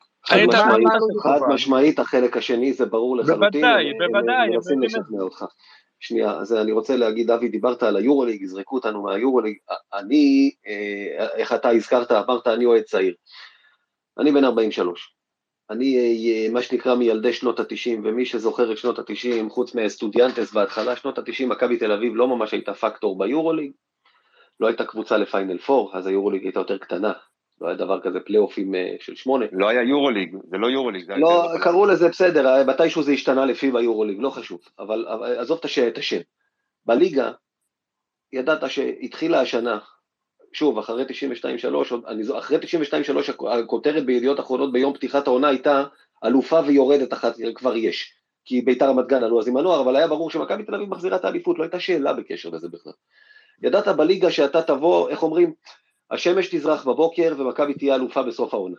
חד משמעית, החלק השני זה ברור לחלוטין, בוודאי, הם מנסים לשכנע אותך. שנייה, אז אני רוצה להגיד, דוד, דיברת על היורוליג, יזרקו אותנו מהיורוליג, אני, איך אתה הזכרת, אמרת, אני אוהד צעיר. אני בן 43. אני, מה שנקרא, מילדי שנות ה-90, ומי שזוכר את שנות ה-90, חוץ מהסטודיאנטס בהתחלה, שנות ה-90, מכבי תל אביב לא ממש הייתה פקטור ביורוליג, לא הייתה קבוצה לפיינל 4, אז היורוליג הייתה יותר קטנה, לא היה דבר כזה פלייאופים של 8. לא היה יורוליג, זה לא יורוליג. לא, קראו לזה בסדר, מתישהו זה השתנה לפי ביורוליג, לא חשוב, אבל עזוב את השם. בליגה, ידעת שהתחילה השנה, שוב, אחרי 92-3, אחרי 92-3, הכותרת בידיעות אחרונות ביום פתיחת העונה הייתה, אלופה ויורדת אחת, כבר יש, כי ביתר רמת גן עלו אז עם הנוער, אבל היה ברור שמכבי תל אביב מחזירה את האליפות, לא הייתה שאלה בקשר לזה בכלל. ידעת בליגה שאתה תבוא, איך אומרים, השמש תזרח בבוקר ומכבי תהיה אלופה בסוף העונה.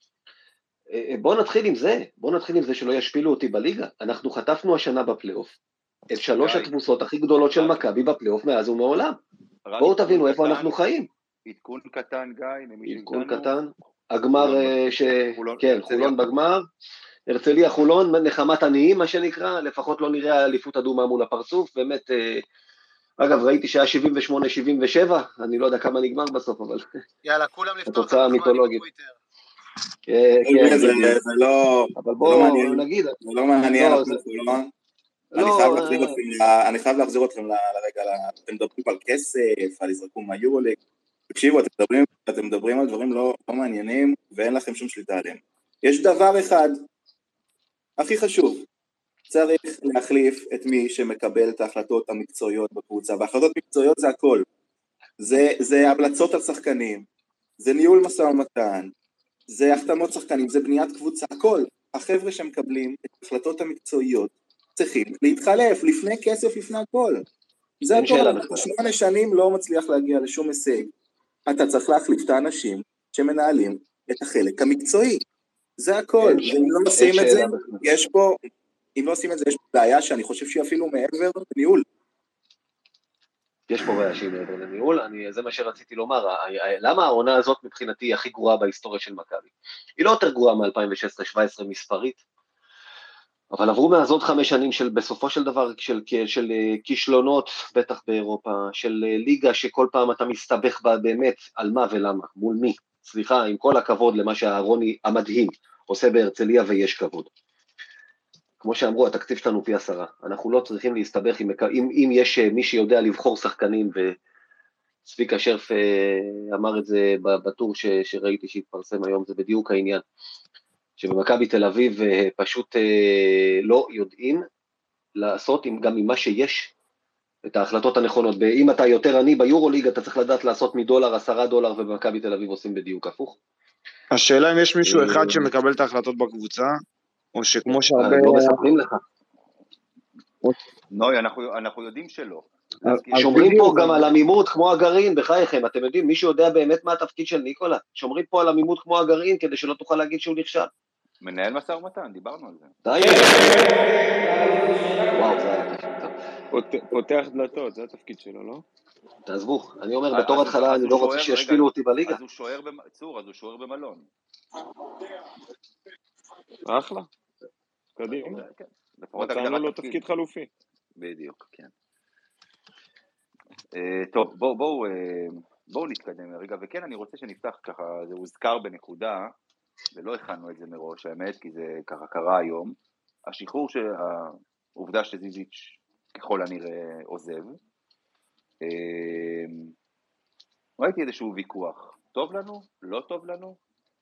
בוא נתחיל עם זה שלא ישפילו אותי בליגה. אנחנו חטפנו השנה בפלייאוף את 3 התבוסות הכי גדולות של מכבי בפלייאוף מאז ומעולם. בואו תבינו איפה אנחנו חיים. עדכון קטן, גיא, עדכון קטן, הגמר, כן, חולון בגמר, הרצליה חולון, נחמת עניים מה שנקרא, לפחות לא נראה אליפות אדומה מול הפרצוף, באמת, אגב ראיתי שהיה 78-77, אני לא יודע כמה נגמר בסוף, אבל יאללה, כולם לפתוח התוצאה המיתולוגית. זה לא מעניין, נגיד, זה לא מעניין, אני חייב להחזיר אתכם לרגע, אתם מדברים על כסף, על יזרקו מהיורוליג, תקשיבו, אתם מדברים על דברים לא מעניינים, ואין לכם שום שליטה עליהם. יש דבר אחד, הכי חשוב, צריך להחליף את מי שמקבל את ההחלטות המקצועיות בקבוצה, וההחלטות מקצועיות זה הכל, זה המלצות על שחקנים, זה ניהול משא ומתן, זה החתמות שחקנים, זה בניית קבוצה, הכל. החבר'ה שמקבלים את ההחלטות המקצועיות צריכים להתחלף, לפני כסף, לפני הכל. זה הכל, 8 שנים לא מצליח להגיע לשום הישג. אתה צריך להחליף את האנשים שמנהלים את החלק המקצועי. זה הכל. אם לא עושים את זה, יש פה בעיה שאני חושב שהיא אפילו מעבר לניהול. יש פה בעיה שהיא מעבר לניהול, זה מה שרציתי לומר, למה העונה הזאת מבחינתי היא הכי גרועה בהיסטוריה של מכבי? היא לא יותר גרועה מ-2016-2017 מספרית, אבל עברו מאז עוד 5 שנים של בסופו של דבר של כישלונות, בטח באירופה, של ליגה שכל פעם אתה מסתבך בה באמת על מה ולמה, מול מי, סליחה, עם כל הכבוד למה שהרוני המדהים עושה בהרצליה ויש כבוד. כמו שאמרו, התקציב שלנו פי 10, אנחנו לא צריכים להסתבך אם יש מי שיודע לבחור שחקנים, וצביקה שרף אמר את זה בטור שראיתי שהתפרסם היום, זה בדיוק העניין, שבמכבי תל אביב פשוט לא יודעים לעשות גם עם מה שיש את ההחלטות הנכונות, אם אתה יותר עני ביורוליג, אתה צריך לדעת לעשות $10, ובמכבי תל אביב עושים בדיוק הפוך. השאלה אם יש מישהו אחד שמקבל את ההחלטות בקבוצה, או שכמו שהרבה... לא מספרים לך. נוי, אנחנו יודעים שלא. שומרים פה גם על עמימות כמו הגרעין, בחייכם, אתם יודעים, מישהו יודע באמת מה התפקיד של ניקולה? שומרים פה על עמימות כמו הגרעין, כדי שלא תוכל להגיד שהוא נכשל. מנהל משא ומתן, דיברנו על זה. די. וואו, זה היה תפקיד. פותח דלתות, זה התפקיד שלו, לא? תעזבו, אני אומר, בתור התחלה אני לא רוצה שישפילו אותי בליגה. אז הוא שוער במלון. אחלה. קדימה. מצאנו לו תפקיד חלופי. בדיוק, כן. טוב, בואו נתקדם רגע, וכן אני רוצה שנפתח ככה, זה הוזכר בנקודה, ולא הכנו את זה מראש, האמת, כי זה ככה קרה היום, השחרור העובדה שזיזיץ' ככל הנראה עוזב. ראיתי איזשהו ויכוח, טוב לנו? לא טוב לנו?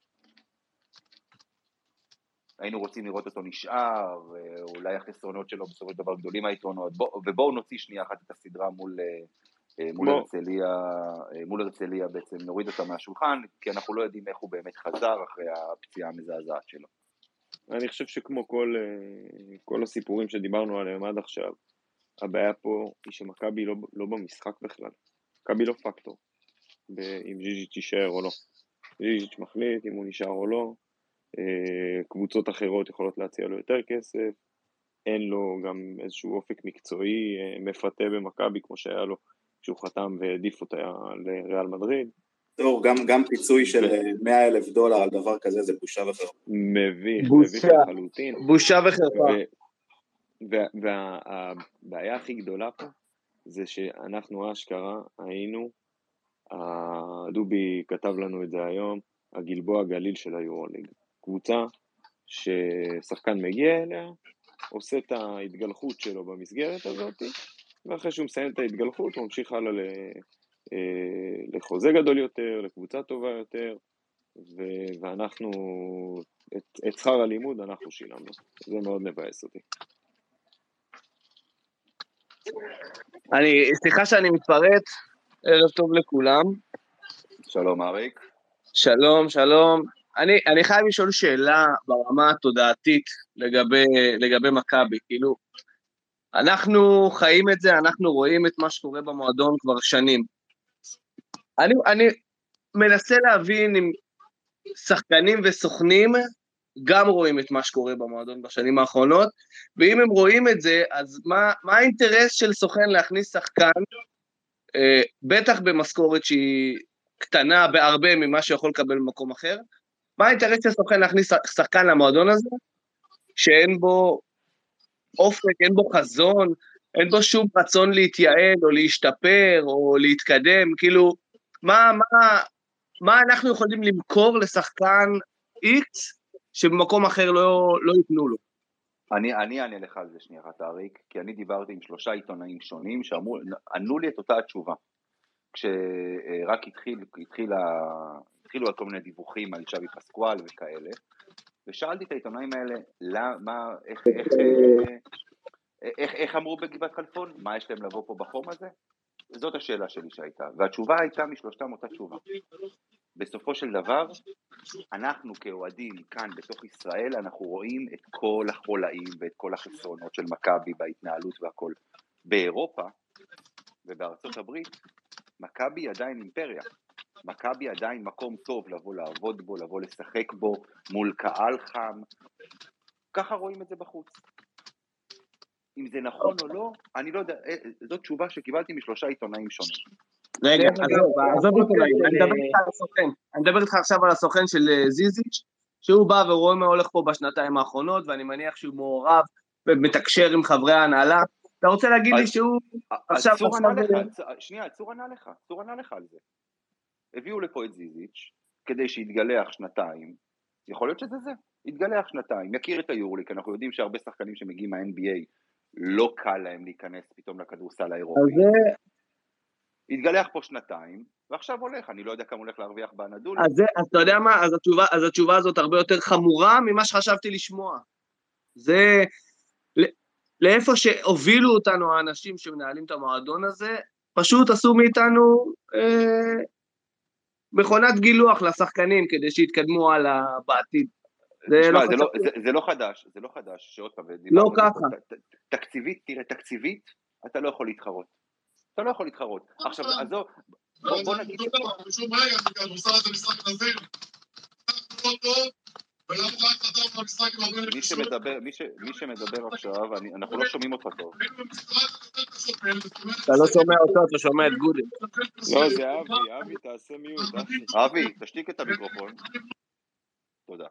היינו רוצים לראות אותו נשאר, אולי החסרונות שלו בסופו של דבר גדולים היתרונות, ובואו נוציא שנייה אחת את הסדרה מול הרצליה בעצם, נוריד אותה מהשולחן, כי אנחנו לא יודעים איך הוא באמת חזר אחרי הפציעה המזעזעת שלו. אני חושב שכמו כל הסיפורים שדיברנו עליהם עד עכשיו, הבעיה פה היא שמכבי לא במשחק בכלל. מכבי לא פקטור, אם ז'יז'יץ' יישאר או לא. ז'יז'יץ' מחליט אם הוא נשאר או לא, קבוצות אחרות יכולות להציע לו יותר כסף, אין לו גם איזשהו אופק מקצועי מפתה במכבי כמו שהיה לו כשהוא חתם והעדיף אותה לריאל מדריד. גם פיצוי של $100,000 על דבר כזה זה בושה וחרפה. מביך לחלוטין. בושה וחרפה. והבעיה הכי גדולה פה זה שאנחנו אשכרה היינו, דובי כתב לנו את זה היום, הגלבוע הגליל של היורוליג. קבוצה ששחקן מגיע אליה, עושה את ההתגלחות שלו במסגרת הזאת, ואחרי שהוא מסיים את ההתגלחות הוא ממשיך הלאה לחוזה גדול יותר, לקבוצה טובה יותר, ואנחנו, את שכר הלימוד אנחנו שילמנו. זה מאוד מבאס אותי. סליחה שאני מתפרץ, ערב טוב לכולם. שלום אריק. שלום. אני חייב לשאול שאלה ברמה התודעתית לגבי מכבי, כאילו, אנחנו חיים את זה, אנחנו רואים את מה שקורה במועדון כבר שנים. אני מנסה להבין אם שחקנים וסוכנים גם רואים את מה שקורה במועדון בשנים האחרונות, ואם הם רואים את זה, אז מה האינטרס של סוכן להכניס שחקן, בטח במשכורת שהיא קטנה בהרבה ממה שיכול לקבל במקום אחר, מה האינטרס של סוכן להכניס שחקן למועדון הזה, שאין בו אופק, אין בו חזון, אין בו שום רצון להתייעל או להשתפר או להתקדם, כאילו, מה אנחנו יכולים למכור לשחקן X שבמקום אחר לא ייתנו לו? אני אענה לך על זה שנייה, אריק, כי אני דיברתי עם 3 עיתונאים שונים שענו לי את אותה התשובה. כשרק התחילו על כל מיני דיווחים על שווי פסקואל וכאלה, ושאלתי את העיתונאים האלה, איך אמרו בגבעת חלפון? מה יש להם לבוא פה בחום הזה? זאת השאלה שלי שהייתה, והתשובה הייתה משלושתם אותה תשובה. בסופו של דבר, אנחנו כאוהדים כאן בתוך ישראל, אנחנו רואים את כל החולאים ואת כל החסרונות של מכבי בהתנהלות והכל. באירופה ובארצות הברית, מכבי עדיין אימפריה. מכבי עדיין מקום טוב לבוא לעבוד בו, לבוא לשחק בו, מול קהל חם. ככה רואים את זה בחוץ. אם זה נכון או לא, אני לא יודע, זאת תשובה שקיבלתי מ3 עיתונאים שונים. רגע, עזוב עיתונאים, אני מדבר איתך עכשיו על הסוכן של זיזיץ', שהוא בא ורואה מה הולך פה בשנתיים האחרונות, ואני מניח שהוא מעורב ומתקשר עם חברי ההנהלה. אתה רוצה להגיד לי שהוא עכשיו... שנייה, צור ענה לך על זה. הביאו לפה את זיזיץ' כדי שיתגלח 2 יכול להיות שזה זה, יתגלח 2, יכיר את היורוליג, אנחנו יודעים שהרבה שחקנים שמגיעים מה-NBA לא קל להם להיכנס פתאום לכדורסל האירופי. יתגלח פה 2, ועכשיו הולך, אני לא יודע כמה הולך להרוויח באנדולו. אז אתה יודע מה, אז התשובה הזאת הרבה יותר חמורה ממה שחשבתי לשמוע. זה, לאיפה שהובילו אותנו האנשים שמנהלים את המועדון הזה, פשוט עשו מאיתנו מכונת גילוח לשחקנים, כדי שיתקדמו הלאה בעתיד. זה לא חדש, שעוד פעם, לא ככה. תקציבית, אתה לא יכול להתחרות. עכשיו, בוא נגיד... שום רגע, כדורסל זה משחק נזיר. לא טוב, ולמה רק חתם במשחק עם מי שמדבר עכשיו, אנחנו לא שומעים אותך טוב. אתה לא שומע אותו, אתה שומע את גודי. לא, זה אבי, תעשה מיוט. אבי, תשתיק את המיקרופון. תודה.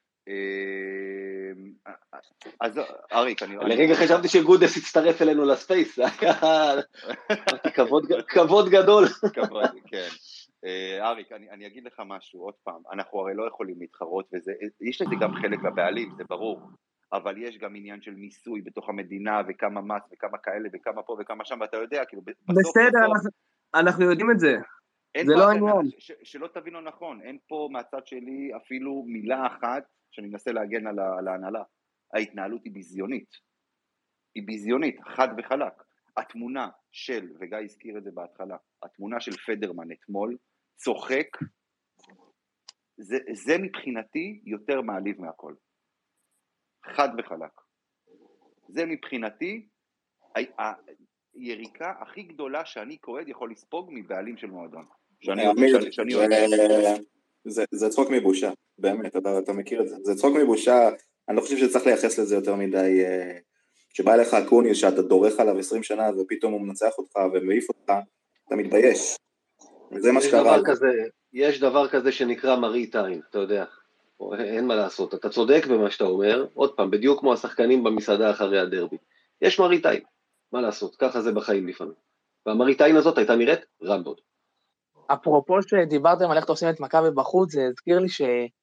אז אריק, אני לרגע חשבתי שגודס יצטרף אלינו לספייס, זה היה כבוד גדול. כן. אריק, אני אגיד לך משהו עוד פעם, אנחנו הרי לא יכולים להתחרות, ויש לזה גם חלק לבעלים, זה ברור, אבל יש גם עניין של מיסוי בתוך המדינה, וכמה מס, וכמה כאלה, וכמה פה, וכמה שם, ואתה יודע, כאילו, בסוף, בסדר, אנחנו יודעים את זה. זה לא העניין. שלא תבינו נכון, אין פה מהצד שלי אפילו מילה אחת, שאני מנסה להגן על ההנהלה. ההתנהלות היא ביזיונית. היא ביזיונית, חד וחלק. התמונה של, וגיא הזכיר את זה בהתחלה, התמונה של פדרמן אתמול, צוחק, זה מבחינתי יותר מעליב מהכל. חד וחלק. זה מבחינתי היריקה הכי גדולה שאני כועד יכול לספוג מבעלים של מועדון. זה צחוק מבושה, באמת, אתה מכיר את זה. זה צחוק מבושה, אני לא חושב שצריך לייחס לזה יותר מדי, שבא לך אקוניס שאתה דורך עליו 20 שנה ופתאום הוא מנצח אותך ומעיף אותך, אתה מתבייש. וזה מה שקרה. יש דבר כזה שנקרא מראית עין, אתה יודע. אין מה לעשות, אתה צודק במה שאתה אומר, עוד פעם, בדיוק כמו השחקנים במסעדה אחרי הדרבי. יש מראית עין, מה לעשות, ככה זה בחיים לפעמים. והמראית עין הזאת הייתה נראית רמבוד. אפרופו שדיברתם על איך עושים את מכבי בחוץ, זה הזכיר לי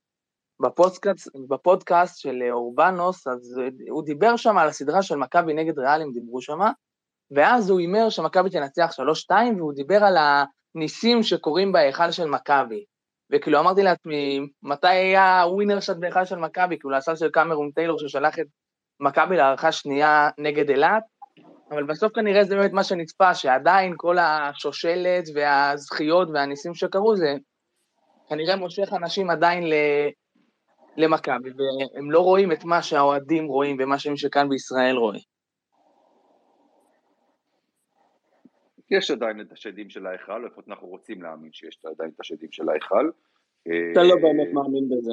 שבפודקאסט של אורבנוס, אז הוא דיבר שם על הסדרה של מכבי נגד ריאלים, דיברו שם, ואז הוא אומר שמכבי תנצח 3-2, והוא דיבר על הניסים שקורים בהיכל של מכבי. וכאילו אמרתי לעצמי, מתי היה ווינר שט בהיכל של מכבי? כאילו הסל של קמרון טיילור ששלח את מכבי להערכה שנייה נגד אילת, אבל בסוף כנראה זה באמת מה שנצפה, שעדיין כל השושלת והזכיות והניסים שקרו, זה כנראה מושך אנשים עדיין למכבי, והם לא רואים את מה שהאוהדים רואים, ומה שכאן בישראל רואים. יש עדיין את השדים של ההיכל, לפחות אנחנו רוצים להאמין שיש עדיין את השדים של ההיכל. אתה לא באמת מאמין בזה.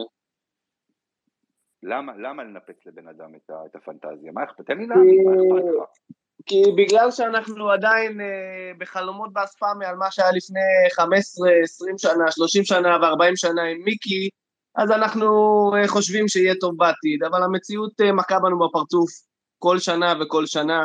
למה לנפץ לבן אדם את הפנטזיה? מה אכפת? תן לי להאמין, מה אכפת לך? כי בגלל שאנחנו עדיין בחלומות באספמי על מה שהיה לפני 15, 20 שנה, 30 שנה ו40 שנה עם מיקי, אז אנחנו חושבים שיהיה טוב בעתיד, אבל המציאות מכה בנו בפרצוף כל שנה וכל שנה.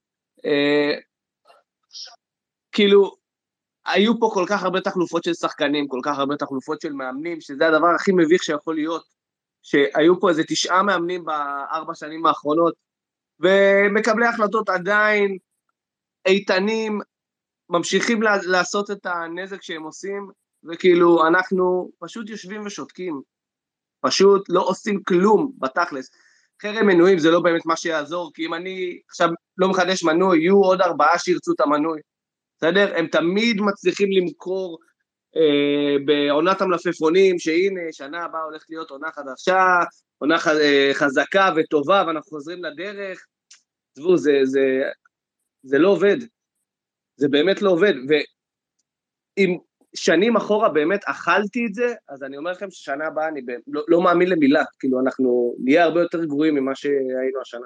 כאילו, היו פה כל כך הרבה תחלופות של שחקנים, כל כך הרבה תחלופות של מאמנים, שזה הדבר הכי מביך שיכול להיות, שהיו פה איזה 9 מאמנים ב4 שנים האחרונות, ומקבלי החלטות עדיין איתנים, ממשיכים לעשות את הנזק שהם עושים, וכאילו אנחנו פשוט יושבים ושותקים, פשוט לא עושים כלום בתכלס. חרם מנויים זה לא באמת מה שיעזור, כי אם אני עכשיו לא מחדש מנוי, יהיו עוד 4 שירצו את המנוי, בסדר? הם תמיד מצליחים למכור בעונת המלפפונים, שהנה שנה הבאה הולכת להיות עונה חדשה, עונה חזקה וטובה, ואנחנו חוזרים לדרך. תשמעו, זה לא עובד, זה באמת לא עובד, ואם שנים אחורה באמת אכלתי את זה, אז אני אומר לכם ששנה הבאה אני לא מאמין למילה, כאילו אנחנו נהיה הרבה יותר גרועים ממה שהיינו השנה.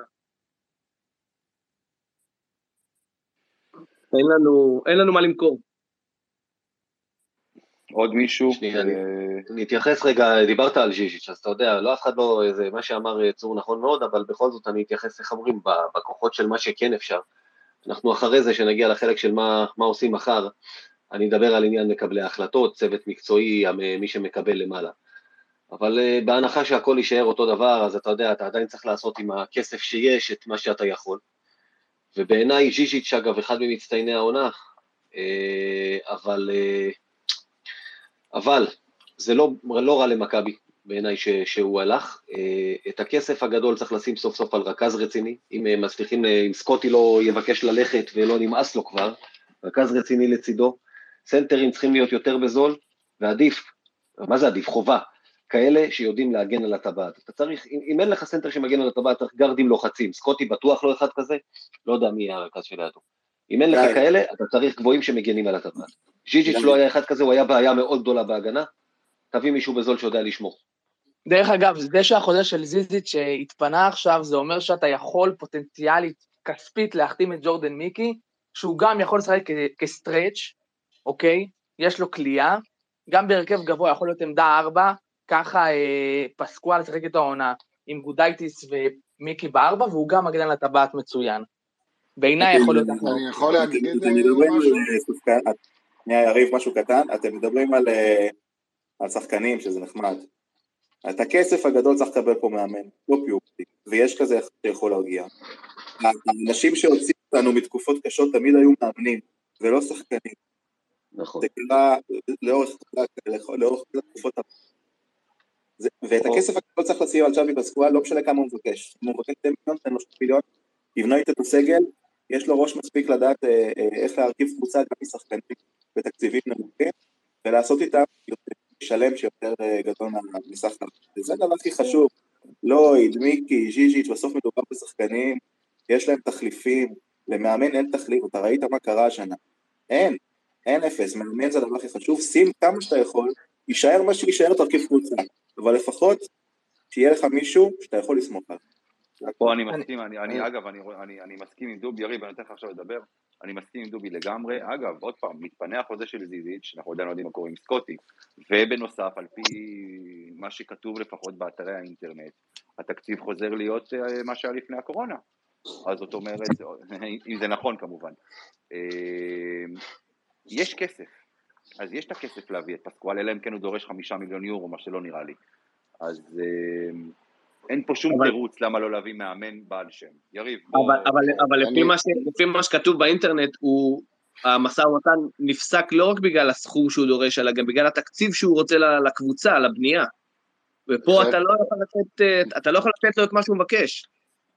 אין לנו מה למכור. עוד מישהו? אני אתייחס רגע, דיברת על ז'יז'יץ', אז אתה יודע, לא אף אחד לא, זה מה שאמר צור נכון מאוד, אבל בכל זאת אני אתייחס איך אומרים, בכוחות של מה שכן אפשר. אנחנו אחרי זה שנגיע לחלק של מה עושים מחר, אני אדבר על עניין מקבלי ההחלטות, צוות מקצועי, מי שמקבל למעלה. אבל בהנחה שהכל יישאר אותו דבר, אז אתה יודע, אתה עדיין צריך לעשות עם הכסף שיש את מה שאתה יכול. ובעיניי ז'יז'יץ' אגב אחד ממצטייני העונה, אבל זה לא רע למכבי בעיניי שהוא הלך, את הכסף הגדול צריך לשים סוף סוף על רכז רציני, אם מצליחים, אם סקוטי לא יבקש ללכת ולא נמאס לו כבר, רכז רציני לצידו, סנטרים צריכים להיות יותר בזול, ועדיף, מה זה עדיף? חובה, כאלה שיודעים להגן על הטבעת, אתה צריך, אם אין לך סנטר שמגן על הטבעת, צריך גרדים לוחצים, סקוטי בטוח לא אחד כזה, לא יודע מי הרכז שלידו, אם אין לך כאלה, אתה צריך גבוהים שמגנים על הטבעת, ז'יז'יץ' לא היה אחד כזה, הוא היה בעיה מאוד גדולה בהגנה, תביא מישהו בזול שיודע לשמור. דרך אגב, זה שהחוזה של ז'יז'יץ' שהתפנה עכשיו, זה אומר שאתה יכול פוטנציאלית כספית להחתים את ג'ורדן מיקי, שהוא גם יכול לשחק כסטרץ', אוקיי? יש לו קליעה, גם בהרכב גבוה יכול להיות עמדה 4, ככה פסקואל לשחק את העונה עם גודייטיס ומיקי ב4, והוא גם מגן על הטבעת מצוין. בעיניי יכול להיות אחר. אני יכול להגיד משהו? אני אריב משהו קטן, אתם מדברים על שחקנים שזה נחמד, את הכסף הגדול צריך לקבל פה מאמן, לא פיופטי, ויש כזה שיכול להרגיע. האנשים שהוציאו אותנו מתקופות קשות תמיד היו מאמנים, ולא שחקנים. נכון. זה קרה לאורך תקופות ואת הכסף הגדול צריך לשים על צ'אבי פסקואל, לא משנה כמה הוא מבקש. אם הוא מבקש 2 מיליון, תן לו 2 מיליון, יבנה את הסגל, יש לו ראש מספיק לדעת איך להרכיב קבוצה גם משחקנים בתקציבים נמוכים, ולעשות איתם שלם שיותר גדול מסך. זה הדבר הכי חשוב. לויד, מיקי, ז'יז'יץ', בסוף מדובר בשחקנים, יש להם תחליפים, למאמן אין תחליף, אתה ראית מה קרה השנה. אין אפס, מאמן זה הדבר הכי חשוב, שים כמה שאתה יכול, יישאר מה שיישאר תרכיב קבוצה, אבל לפחות תהיה לך מישהו שאתה יכול לסמוך עליו. פה אני מסכים, אגב, אני מסכים עם דובי, יריב, אני נותן לך עכשיו לדבר, אני מסכים עם דובי לגמרי, אגב, עוד פעם, מתפנה החוזה של זיזיץ', אנחנו עדיין יודעים מה קורה עם סקוטי, ובנוסף, על פי מה שכתוב לפחות באתרי האינטרנט, התקציב חוזר להיות מה שהיה לפני הקורונה, אז זאת אומרת, אם זה נכון כמובן, יש כסף, אז יש את הכסף להביא את פסקואל, אלא אם כן הוא דורש 5 מיליון יורו, מה שלא נראה לי, אז אין פה שום תירוץ למה לא להביא מאמן בעל שם. יריב, אבל לפי מה שכתוב באינטרנט, המשא ומתן נפסק לא רק בגלל הסכום שהוא דורש, אלא גם בגלל התקציב שהוא רוצה לקבוצה, לבנייה. ופה אתה לא יכול לתת לו את מה שהוא מבקש.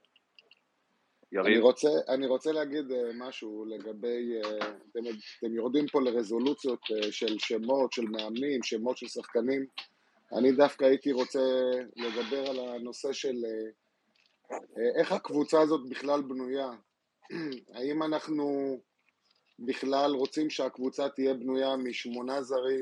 אני רוצה להגיד משהו לגבי, אתם יורדים פה לרזולוציות של שמות, של מאמנים, שמות של שחקנים, אני דווקא הייתי רוצה לדבר על הנושא של איך הקבוצה הזאת בכלל בנויה. האם אנחנו בכלל רוצים שהקבוצה תהיה בנויה מ8 זרים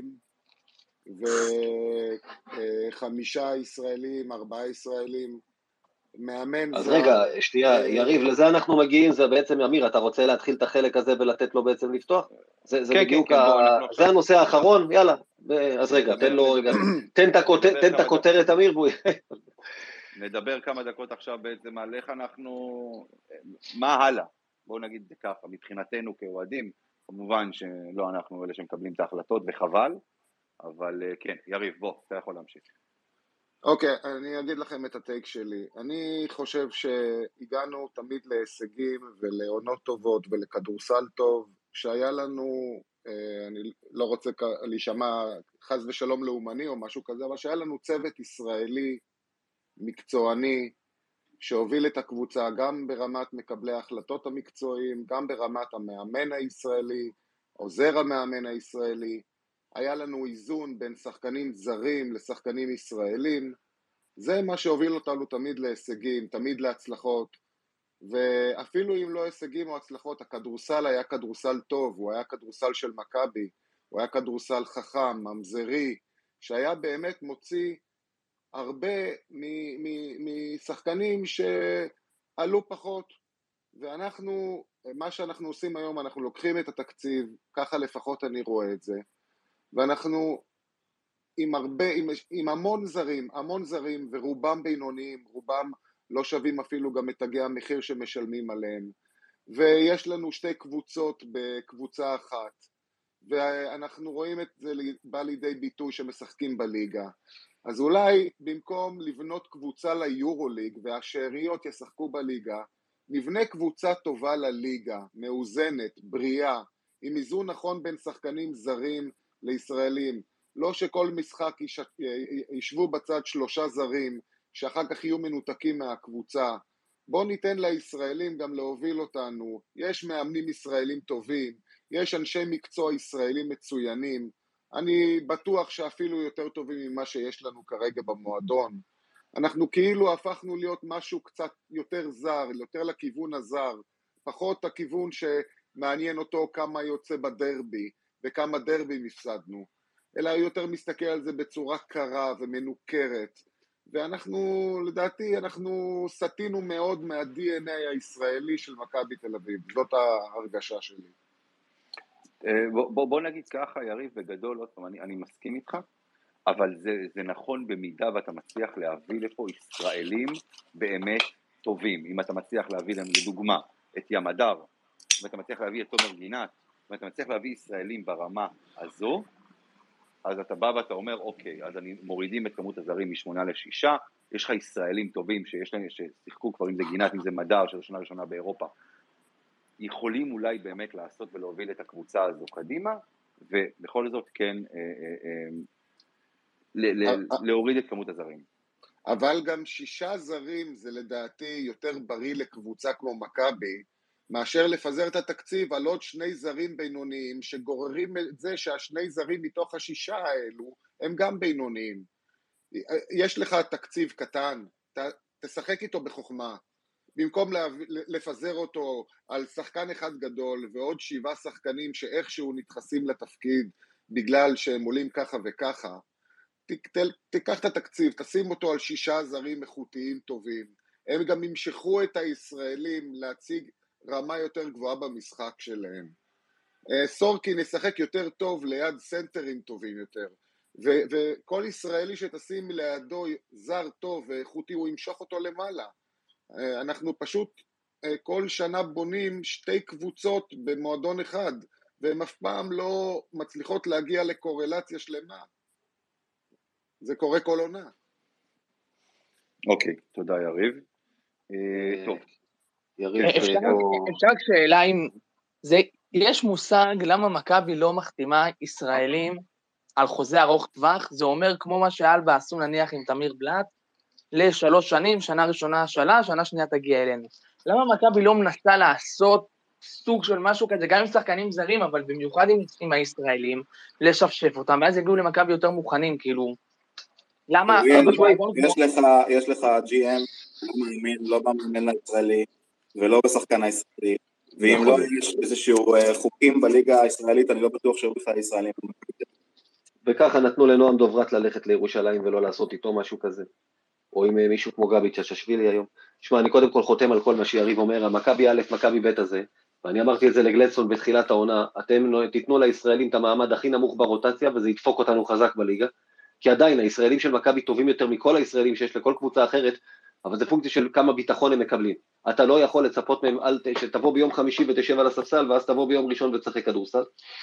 ו5 ישראלים, 4 ישראלים, מאמן אז זר. רגע, שנייה, יריב, לזה אנחנו מגיעים, זה בעצם, אמיר, אתה רוצה להתחיל את החלק הזה ולתת לו בעצם לפתוח? זה בדיוק, זה הנושא האחרון, יאללה. אז רגע, תן לו, תן את הכותרת, אמיר. נדבר כמה דקות עכשיו בעצם על איך אנחנו, מה הלאה? בואו נגיד זה ככה, מבחינתנו כאוהדים, כמובן שלא אנחנו אלה שמקבלים את ההחלטות וחבל, אבל כן, יריב, בוא, אתה יכול להמשיך. אוקיי, אני אגיד לכם את הטייק שלי. אני חושב שהגענו תמיד להישגים ולעונות טובות ולכדורסל טוב, שהיה לנו, אני לא רוצה להישמע חס ושלום לאומני או משהו כזה, אבל שהיה לנו צוות ישראלי מקצועני, שהוביל את הקבוצה גם ברמת מקבלי ההחלטות המקצועיים, גם ברמת המאמן הישראלי, עוזר המאמן הישראלי, היה לנו איזון בין שחקנים זרים לשחקנים ישראלים, זה מה שהוביל אותנו תמיד להישגים, תמיד להצלחות, ואפילו אם לא הישגים או הצלחות, הכדורסל היה כדורסל טוב, הוא היה כדורסל של מכבי, הוא היה כדורסל חכם, ממזרי, שהיה באמת מוציא הרבה משחקנים שעלו פחות, ואנחנו, מה שאנחנו עושים היום, אנחנו לוקחים את התקציב, ככה לפחות אני רואה את זה, ואנחנו עם המון זרים ורובם בינוניים, רובם לא שווים אפילו גם את תגי המחיר שמשלמים עליהם, ויש לנו 2 קבוצות בקבוצה אחת, ואנחנו רואים את זה בא לידי ביטוי שמשחקים בליגה, אז אולי במקום לבנות קבוצה ליורוליג והשאריות ישחקו בליגה, נבנה קבוצה טובה לליגה, מאוזנת, בריאה, עם איזון נכון בין שחקנים זרים לישראלים, לא שכל משחק ישבו בצד 3 זרים שאחר כך יהיו מנותקים מהקבוצה. בוא ניתן לישראלים גם להוביל אותנו, יש מאמנים ישראלים טובים, יש אנשי מקצוע ישראלים מצוינים, אני בטוח שאפילו יותר טובים ממה שיש לנו כרגע במועדון. אנחנו כאילו הפכנו להיות משהו קצת יותר זר, יותר לכיוון הזר, פחות הכיוון שמעניין אותו כמה יוצא בדרבי וכמה דרבים הפסדנו, אלא יותר מסתכל על זה בצורה קרה ומנוכרת, ואנחנו, לדעתי, אנחנו סטינו מאוד מה-DNA הישראלי של מכבי תל אביב, זאת ההרגשה שלי. בוא נגיד ככה, יריב, בגדול, עוד פעם, אני מסכים איתך, אבל זה נכון במידה ואתה מצליח להביא לפה ישראלים באמת טובים, אם אתה מצליח להביא להם לדוגמה את ימדר, ואתה מצליח להביא את תומר גינת, ואתה מצליח להביא ישראלים ברמה הזו, אז אתה בא ואתה אומר, אוקיי, אז אני מורידים את כמות הזרים מ8 ל6, יש לך ישראלים טובים שיש להם, ששיחקו כבר, אם זה גינת, אם זה מדע, של השנה הראשונה באירופה, יכולים אולי באמת לעשות ולהוביל את הקבוצה הזו קדימה, ובכל זאת כן להוריד את כמות הזרים. אבל גם 6 זרים זה לדעתי יותר בריא לקבוצה כמו מכבי, מאשר לפזר את התקציב על עוד 2 זרים בינוניים, שגוררים את זה שהשני זרים מתוך 6 האלו הם גם בינוניים. יש לך תקציב קטן, תשחק איתו בחוכמה, במקום לפזר אותו על שחקן אחד גדול ועוד 7 שחקנים שאיכשהו נדחסים לתפקיד בגלל שהם עולים ככה וככה, תיקח את התקציב, תשים אותו על 6 זרים איכותיים טובים, הם גם ימשכו את הישראלים להציג רמה יותר גבוהה במשחק שלהם. סורקין ישחק יותר טוב ליד סנטרים טובים יותר, וכל ישראלי שתשים לידו זר טוב ואיכותי הוא ימשוך אותו למעלה. אנחנו פשוט כל שנה בונים 2 קבוצות במועדון אחד, והן אף פעם לא מצליחות להגיע לקורלציה שלמה. זה קורה כל עונה. אוקיי, תודה יריב. טוב. אפשר רק שאלה אם יש מושג למה מכבי לא מחתימה ישראלים על חוזה ארוך טווח, זה אומר כמו מה שאלבה עשו נניח עם תמיר בלאט, ל3 שנים, שנה ראשונה שלה, שנה שנייה תגיע אלינו. למה מכבי לא מנסה לעשות סוג של משהו כזה, גם עם שחקנים זרים, אבל במיוחד עם הישראלים, לשפשף אותם, ואז יגיעו למכבי יותר מוכנים, כאילו, למה? יש לך GM, לא במאמן הישראלי, ולא בשחקן הישראלי, ואם לא יש איזשהו חוקים בליגה הישראלית, אני לא בטוח שהוא בכלל ישראלים. וככה נתנו לנועם דוברת ללכת לירושלים ולא לעשות איתו משהו כזה, או עם מישהו כמו גבי צ'שווילי היום. שמע, אני קודם כל חותם על כל מה שיריב אומר, המכבי א', מכבי ב' הזה, ואני אמרתי את זה לגלדסון בתחילת העונה, אתם תיתנו לישראלים את המעמד הכי נמוך ברוטציה, וזה ידפוק אותנו חזק בליגה, כי עדיין הישראלים של מכבי טובים יותר מכל הישראלים שיש לכל קבוצה אחרת, אבל זה פונקציה של כמה ביטחון הם מקבלים. אתה לא יכול לצפות מהם שתבוא ביום חמישי ותשב על הספסל, ואז תבוא ביום ראשון ותשחק כדורסל.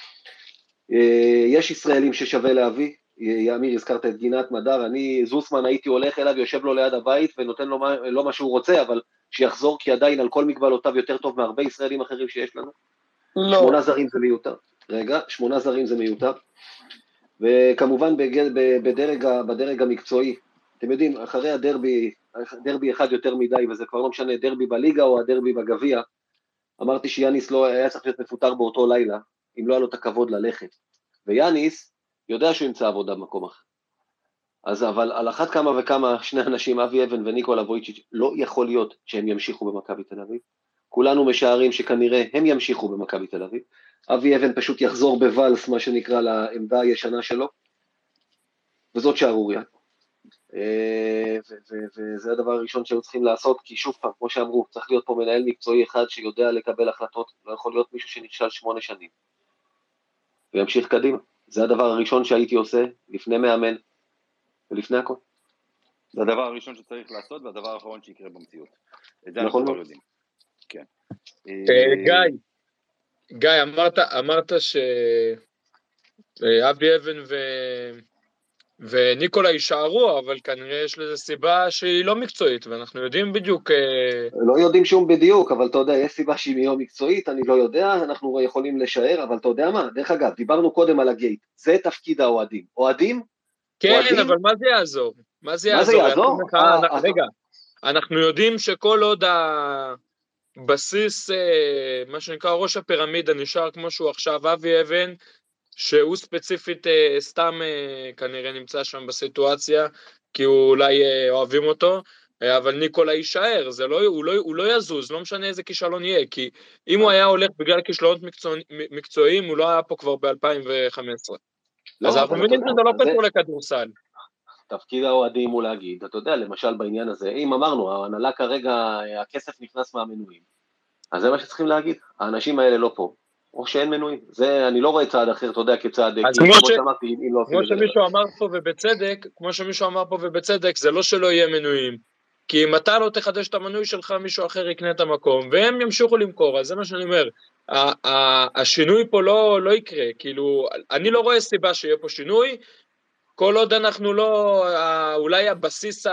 יש ישראלים ששווה להביא, יאמיר, הזכרת את גינת מדר, אני זוסמן הייתי הולך אליו, יושב לו ליד הבית ונותן לו לא מה שהוא רוצה, אבל שיחזור, כי עדיין על כל מגבלותיו יותר טוב מהרבה ישראלים אחרים שיש לנו. לא. 8 זרים זה מיותר. רגע, 8 זרים זה מיותר. וכמובן בדרג המקצועי, אתם יודעים, אחרי דרבי אחד יותר מדי, וזה כבר לא משנה, דרבי בליגה או הדרבי בגביע, אמרתי שיאניס לא היה צריך להיות מפוטר באותו לילה, אם לא היה לו את הכבוד ללכת. ויאניס יודע שהוא ימצא עבודה במקום אחר. אז אבל על אחת כמה וכמה 2 אנשים, אבי אבן וניקולה וויצ'יץ', לא יכול להיות שהם ימשיכו במכבי תל אביב. כולנו משערים שכנראה הם ימשיכו במכבי תל אביב. אבי אבן פשוט יחזור בוואלס, מה שנקרא, לעמדה הישנה שלו. וזאת שערוריה. וזה הדבר הראשון שהיו צריכים לעשות, כי שוב פעם, כמו שאמרו, צריך להיות פה מנהל מקצועי אחד שיודע לקבל החלטות, לא יכול להיות מישהו שנכשל 8 שנים. וימשיך קדימה. זה הדבר הראשון שהייתי עושה לפני מאמן ולפני הכל. זה הדבר הראשון שצריך לעשות, והדבר האחרון שיקרה במציאות. את זה אנחנו לא יודעים. כן. גיא, אמרת שאבי אבן וניקולה יישארו, אבל כנראה יש לזה סיבה שהיא לא מקצועית, ואנחנו יודעים בדיוק... לא יודעים שום בדיוק, אבל אתה יודע, יש סיבה שהיא לא מקצועית, אני לא יודע, אנחנו יכולים לשער, אבל אתה יודע מה? דרך אגב, דיברנו קודם על הגייט, זה תפקיד האוהדים. אוהדים? כן, אבל מה זה יעזור? מה זה יעזור? רגע, אנחנו יודעים שכל עוד הבסיס, מה שנקרא ראש הפירמידה, נשאר כמו שהוא עכשיו, אבי אבן, שהוא ספציפית סתם כנראה נמצא שם בסיטואציה, כי הוא אולי אוהבים אותו, אבל ניקולה יישאר, הוא לא יזוז, לא משנה איזה כישלון יהיה, כי אם הוא היה הולך בגלל כישלונות מקצועיים, הוא לא היה פה כבר ב-2015. אז אנחנו מבינים שזה לא קשור לכדורסל. תפקיד האוהדים הוא להגיד, אתה יודע, למשל בעניין הזה, אם אמרנו, ההנהלה כרגע, הכסף נכנס מהמנויים, אז זה מה שצריכים להגיד, האנשים האלה לא פה, או שאין מנויים, זה אני לא רואה צעד אחר, אתה יודע, כצעד, כמו שמישהו אמר פה ובצדק, זה לא שלא יהיה מנויים, כי אם אתה לא תחדש את המנוי שלך, מישהו אחר יקנה את המקום, והם ימשיכו למכור, אז זה מה שאני אומר, השינוי פה לא יקרה, כאילו, אני לא רואה סיבה שיהיה פה שינוי, כל עוד אנחנו לא, אולי הבסיס,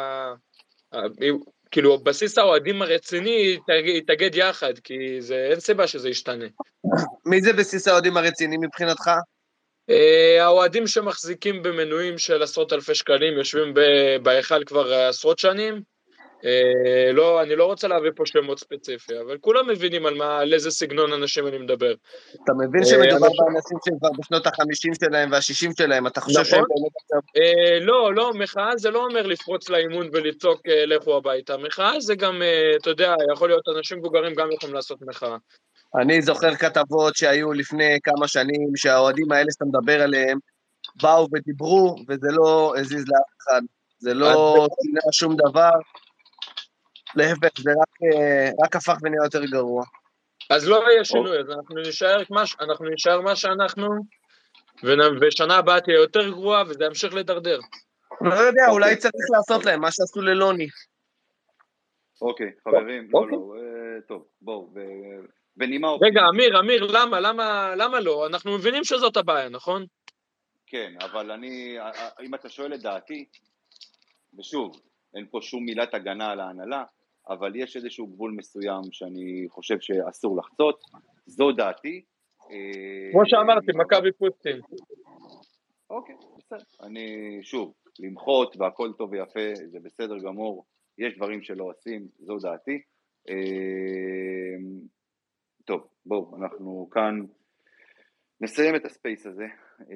כאילו, בסיס האוהדים הרציני יתאגד יחד, כי אין סיבה שזה ישתנה. מי זה בסיס האוהדים הרציני מבחינתך? האוהדים שמחזיקים במנויים של עשרות אלפי שקלים, יושבים בהיכל כבר עשרות שנים, אני לא רוצה להביא פה שמות ספציפי, אבל כולם מבינים על איזה סגנון אנשים אני מדבר. אתה מבין שמדובר באנשים שהם כבר בשנות ה-50 שלהם וה-60 שלהם, אתה חושב שהם באמת... לא, מחאה זה לא אומר לפרוץ לאימון ולצעוק לכו הביתה, מחאה זה גם, אתה יודע, יכול להיות אנשים מבוגרים גם יכולים לעשות מחאה. אני זוכר כתבות שהיו לפני כמה שנים, שהאוהדים האלה שאתה מדבר עליהם, באו ודיברו, וזה לא הזיז לאף אחד, זה לא שינה שום דבר, להפך, זה רק הפך ונהיה יותר גרוע. אז לא יהיה שינוי, אז אנחנו נשאר מה שאנחנו, ושנה הבאה תהיה יותר גרועה, וזה ימשיך לדרדר. לא יודע, אולי צריך לעשות להם מה שעשו ללוני. אוקיי, חברים, לא, טוב, בואו, בנימה... רגע, אמיר, למה לא? אנחנו מבינים שזאת הבעיה, נכון? כן, אבל אם אתה שואל את דעתי, ושוב, אין פה שום מילת הגנה על ההנהלה, אבל יש איזשהו גבול מסוים שאני חושב שאסור לחצות, זו דעתי. כמו שאמרתי, מכבי פוסטין. אוקיי, בסדר. אני, שוב, למחות והכל טוב ויפה, זה בסדר גמור, יש דברים שלא עושים, זו דעתי. טוב, בואו, אנחנו כאן נסיים את הספייס הזה.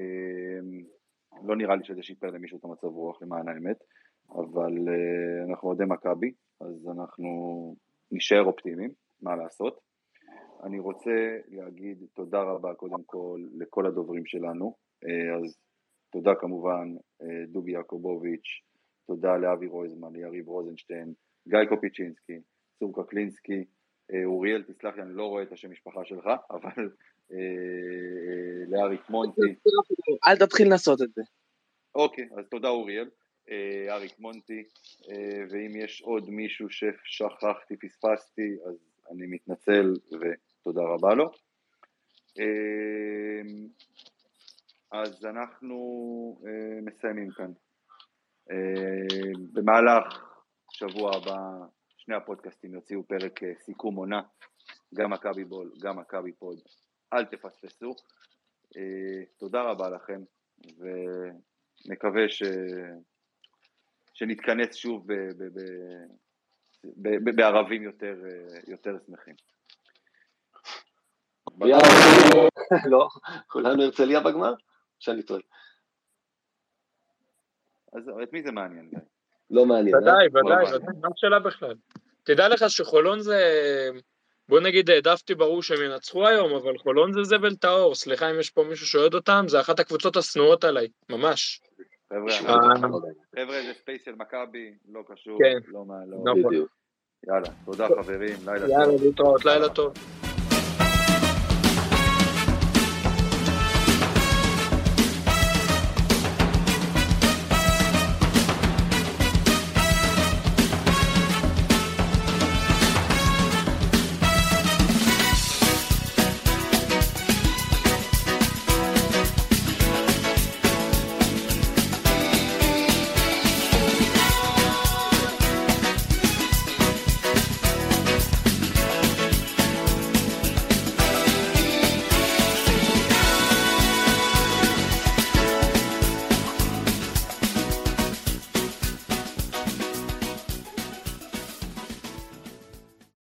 לא נראה לי שזה שיפר למישהו את המצב רוח למען האמת, אבל אנחנו עודי מכבי, אז אנחנו נשאר אופטימיים, מה לעשות. אני רוצה להגיד תודה רבה קודם כל לכל הדוברים שלנו, אז תודה כמובן דובי יעקובוביץ', תודה לאבי רויזמן, ליריב רוזנשטיין, גיא קופיצ'ינסקי, צור קקלינסקי, אוריאל, תסלח לי, אני לא רואה את השם משפחה שלך, אבל לאריק מונטי. אל תתחיל לעשות את זה. אוקיי, אז תודה אוריאל, אריק מונטי, ואם יש עוד מישהו ששכחתי, פספסתי, אז אני מתנצל ותודה רבה לו. אז אנחנו מסיימים כאן. במהלך שבוע הבא, שני הפודקאסטים יוציאו פרק סיכום עונה, גם מכבי בול, גם מכבי פוד, אל תפספסו. תודה רבה לכם, ונקווה שנתכנס שוב בערבים יותר שמחים. לא, כולנו הרצליה בגמר? שאני טועה. אז את מי זה מעניין? לא מעניין. ודאי, מה שאלה בכלל. תדע לך שחולון זה, בוא נגיד, העדפתי ברור שהם ינצחו היום, אבל חולון זה זבל טהור, סליחה אם יש פה מישהו שאוהד אותם, זה אחת הקבוצות הסנועות עליי, ממש. חבר'ה, זה ספייס של מכבי, לא קשור, כן, לא. יאללה, תודה חברים, לילה טוב. יאללה, להתראות, לילה טוב.